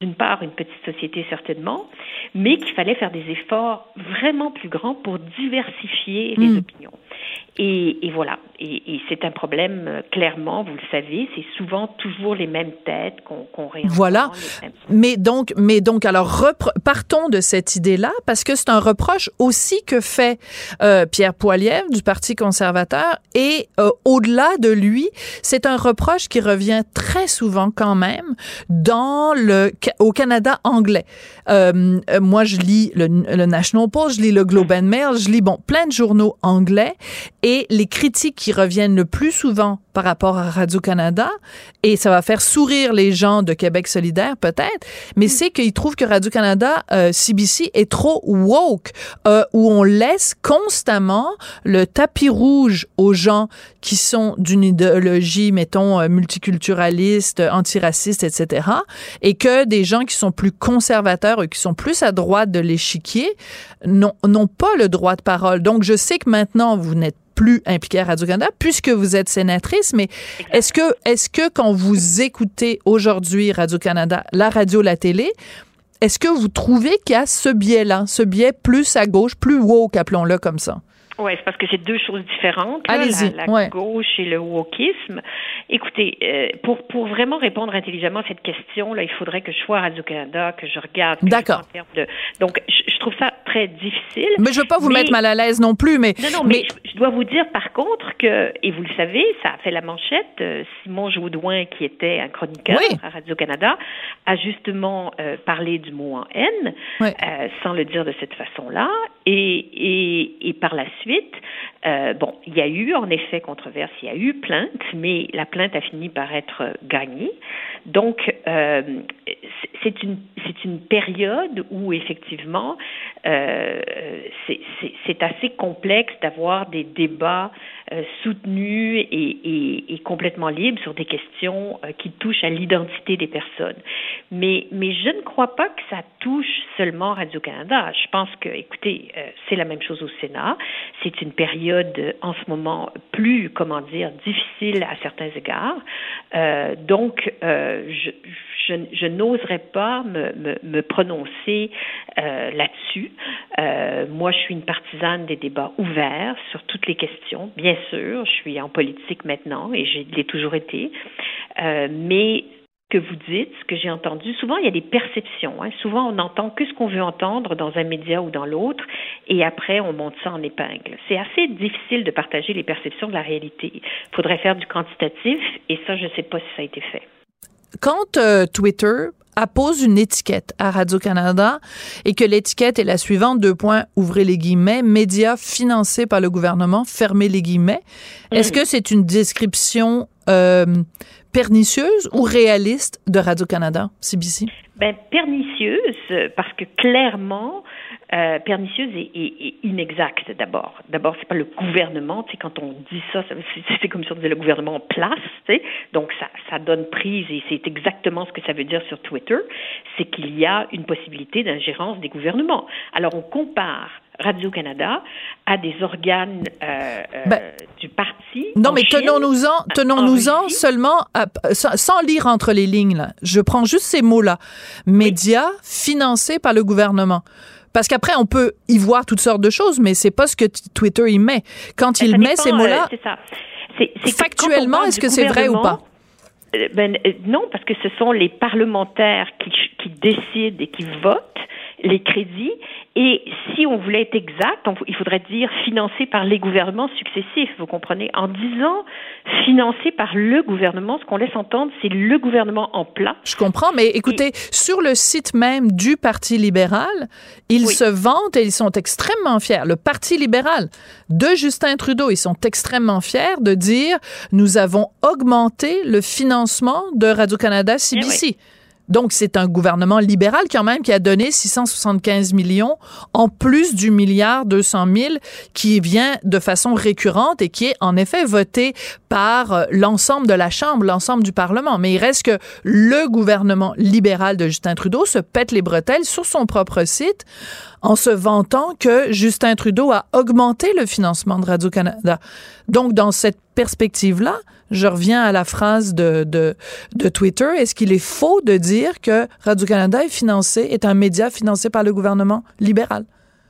d'une part, une petite société certainement, mais qu'il fallait faire des efforts vraiment plus grands pour diversifier les mmh. opinions. Et, et voilà. Et, et c'est un problème, euh, clairement, vous le savez, c'est souvent toujours les mêmes têtes qu'on, qu'on réentend. Voilà. Mais donc, mais donc, alors, repre- partons de cette idée-là, parce que c'est un reproche aussi que fait euh, Pierre Poilievre du Parti conservateur, et euh, au-delà de lui, c'est un reproche qui revient très souvent quand même dans le au Canada anglais. Euh, moi, je lis le, le National Post, je lis le Globe and Mail, je lis bon plein de journaux anglais. Et les critiques qui reviennent le plus souvent par rapport à Radio-Canada, et ça va faire sourire les gens de Québec solidaire peut-être, mais c'est qu'ils trouvent que Radio-Canada, euh, C B C, est trop woke, euh, où on laisse constamment le tapis rouge aux gens qui sont d'une idéologie, mettons, euh, multiculturaliste, antiraciste, et cetera, et que des gens qui sont plus conservateurs et qui sont plus à droite de l'échiquier n'ont, n'ont pas le droit de parole. Donc, je sais que maintenant, vous n'êtes plus impliquée à Radio-Canada, puisque vous êtes sénatrice, mais est-ce que, est-ce que quand vous écoutez aujourd'hui Radio-Canada, la radio, la télé, est-ce que vous trouvez qu'il y a ce biais-là, ce biais plus à gauche, plus woke, appelons-le comme ça? Oui, c'est parce que c'est deux choses différentes, là, Allez-y. la, la ouais. gauche et le wokisme. Écoutez, euh, pour pour vraiment répondre intelligemment à cette question, là, il faudrait que je sois à Radio-Canada, que je regarde. Que D'accord. Je en termes de... Donc, je, je trouve ça très difficile. Mais je veux pas vous mais... mettre mal à l'aise non plus, mais... Non, non, mais, mais je, je dois vous dire, par contre, que, et vous le savez, ça a fait la manchette, euh, Simon Jaudoin, qui était un chroniqueur oui. à Radio-Canada, a justement euh, parlé du mot en haine, oui. euh, sans le dire de cette façon-là, et, et, et par la suite, euh, bon, il y a eu en effet controverse, il y a eu plainte, mais la plainte a fini par être gagnée. Donc, euh, c'est une c'est une période où effectivement, euh, c'est, c'est, c'est assez complexe d'avoir des débats euh, soutenus et, et, et complètement libres sur des questions euh, qui touchent à l'identité des personnes. Mais mais je ne crois pas que ça touche seulement Radio-Canada. Je pense que, écoutez, euh, c'est la même chose au Sénat. C'est une période euh, en ce moment plus, comment dire, difficile à certains égards. Euh, donc, euh, je, je, je n'oserais pas me, me, me prononcer euh, là-dessus. Euh, moi, je suis une partisane des débats ouverts sur toutes les questions. Bien sûr, je suis en politique maintenant et je l'ai toujours été. Euh, mais que vous dites, ce que j'ai entendu, souvent il y a des perceptions. Hein. Souvent on n'entend que ce qu'on veut entendre dans un média ou dans l'autre, et après on monte ça en épingle. C'est assez difficile de partager les perceptions de la réalité. Il faudrait faire du quantitatif, et ça je ne sais pas si ça a été fait. Quand euh, Twitter appose une étiquette à Radio-Canada et que l'étiquette est la suivante, deux points, ouvrez les guillemets, médias financés par le gouvernement, fermez les guillemets, mmh. est-ce que c'est une description euh, pernicieuse ou réaliste de Radio-Canada, C B C? Ben, pernicieuse, parce que clairement, euh, pernicieuse et, et, et inexacte d'abord. D'abord, c'est pas le gouvernement, tu sais, quand on dit ça, ça c'est, c'est comme si on disait le gouvernement en place, tu sais, donc ça, ça donne prise et c'est exactement ce que ça veut dire sur Twitter, c'est qu'il y a une possibilité d'ingérence des gouvernements. Alors, on compare Radio-Canada à des organes euh, ben, euh, du parti. Non, mais Chine, tenons-nous-en, tenons-nous-en seulement, à, sans, sans lire entre les lignes, là. Je prends juste ces mots-là. Médias oui. financés par le gouvernement. Parce qu'après, on peut y voir toutes sortes de choses, mais c'est pas ce que t- Twitter y met. Quand ben, il met dépend, ces mots-là, euh, c'est ça. C'est, c'est factuellement, est-ce que c'est vrai ou pas? Ben, euh, non, parce que ce sont les parlementaires qui, qui décident et qui votent les crédits. Et si on voulait être exact, on, il faudrait dire financé par les gouvernements successifs, vous comprenez? En disant financé par le gouvernement, ce qu'on laisse entendre, c'est le gouvernement en place. Je comprends, mais écoutez, et, sur le site même du Parti libéral, ils oui. se vantent et ils sont extrêmement fiers. Le Parti libéral de Justin Trudeau, ils sont extrêmement fiers de dire « Nous avons augmenté le financement de Radio-Canada C B C ». Oui. Donc, c'est un gouvernement libéral quand même qui a donné six cent soixante-quinze millions en plus du milliard deux cent mille qui vient de façon récurrente et qui est en effet voté par l'ensemble de la Chambre, l'ensemble du Parlement. Mais il reste que le gouvernement libéral de Justin Trudeau se pète les bretelles sur son propre site en se vantant que Justin Trudeau a augmenté le financement de Radio-Canada. Donc, dans cette perspective-là, je reviens à la phrase de, de, de Twitter, est-ce qu'il est faux de dire que Radio-Canada est financé, est un média financé par le gouvernement libéral?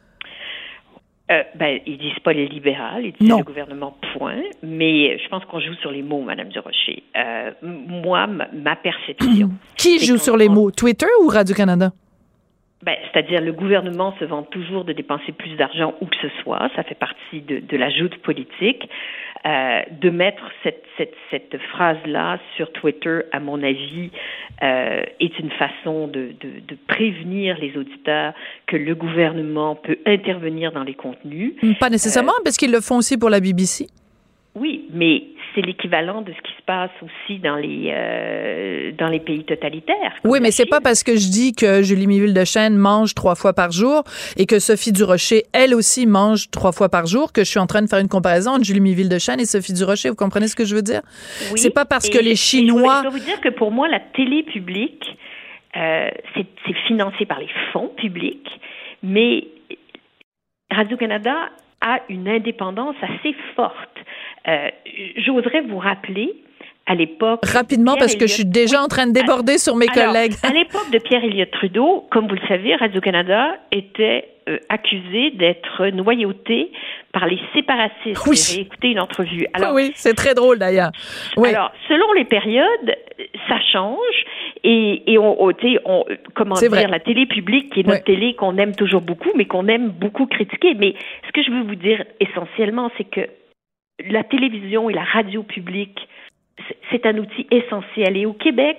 Euh, ben, ils disent pas les libérales, ils disent non. le gouvernement, point. Mais je pense qu'on joue sur les mots, Madame Durocher. Euh, moi, ma, ma perception... Qui joue sur les mots? Twitter ou Radio-Canada? Ben, c'est-à-dire le gouvernement se vante toujours de dépenser plus d'argent où que ce soit, ça fait partie de, de la joute politique. Euh, de mettre cette, cette, cette phrase-là sur Twitter, à mon avis, euh, est une façon de, de, de prévenir les auditeurs que le gouvernement peut intervenir dans les contenus. Pas nécessairement, euh, parce qu'ils le font aussi pour la B B C. Oui, mais c'est l'équivalent de ce qui se passe aussi dans les euh, dans les pays totalitaires. Oui, mais c'est pas parce que je dis que Julie Miville-Deschênes mange trois fois par jour et que Sophie Durocher, elle aussi, mange trois fois par jour que je suis en train de faire une comparaison entre Julie Miville-Deschênes et Sophie Durocher. Vous comprenez ce que je veux dire? Oui, c'est pas parce que les Chinois... Je dois vous dire que pour moi, la télé publique, euh, c'est, c'est financé par les fonds publics, mais Radio-Canada a une indépendance assez forte. Euh, j'oserais vous rappeler, à l'époque... Rapidement, Pierre parce que Elliott, je suis déjà oui, en train de déborder sur mes alors, collègues. À l'époque de Pierre Elliott Trudeau, comme vous le savez, Radio-Canada était euh, accusé d'être noyauté par les séparatistes. Oui. J'ai écouté une entrevue. Alors, oui, oui, c'est très drôle d'ailleurs. Oui. Alors, selon les périodes, ça change. Et, et on, on, on, comment c'est dire, vrai. La télé publique, qui est notre oui. télé qu'on aime toujours beaucoup, mais qu'on aime beaucoup critiquer. Mais ce que je veux vous dire essentiellement, c'est que la télévision et la radio publique, c'est un outil essentiel. Et au Québec,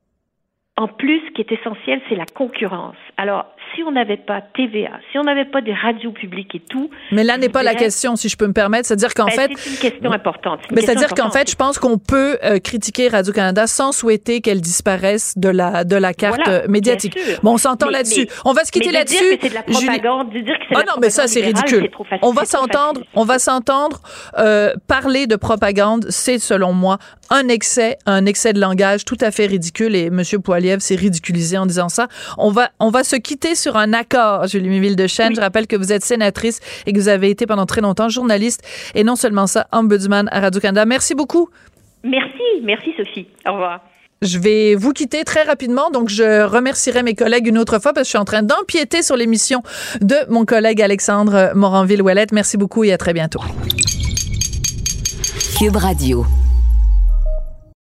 en plus, ce qui est essentiel, c'est la concurrence. Alors, si on n'avait pas T V A, si on n'avait pas des radios publiques et tout... Mais là n'est pas dirais, la question, si je peux me permettre. C'est-à-dire qu'en ben, fait... C'est une question importante. Une mais question c'est-à-dire qu'en fait, je pense qu'on peut euh, critiquer Radio-Canada sans souhaiter qu'elle disparaisse de la, de la carte voilà, médiatique. Bon, on s'entend mais, là-dessus. Mais, on va se quitter mais là-dessus. Dire que c'est de la propagande, Julie... dire que c'est oh de la non, mais ça, c'est libérale, ridicule. C'est trop facile, on va c'est s'entendre, on va s'entendre. Euh, parler de propagande, c'est, selon moi, un excès, un excès de langage tout à fait ridicule. Et M. Poilievre s'est ridiculisé en disant ça. On va, on va se quitter sur un accord, Julie Miville-Deschênes. Oui. Je rappelle que vous êtes sénatrice et que vous avez été pendant très longtemps journaliste. Et non seulement ça, ombudsman à Radio-Canada. Merci beaucoup. Merci. Merci, Sophie. Au revoir. Je vais vous quitter très rapidement, donc je remercierai mes collègues une autre fois parce que je suis en train d'empiéter sur l'émission de mon collègue Alexandre Moranville-Ouellette. Merci beaucoup et à très bientôt. Cube Radio.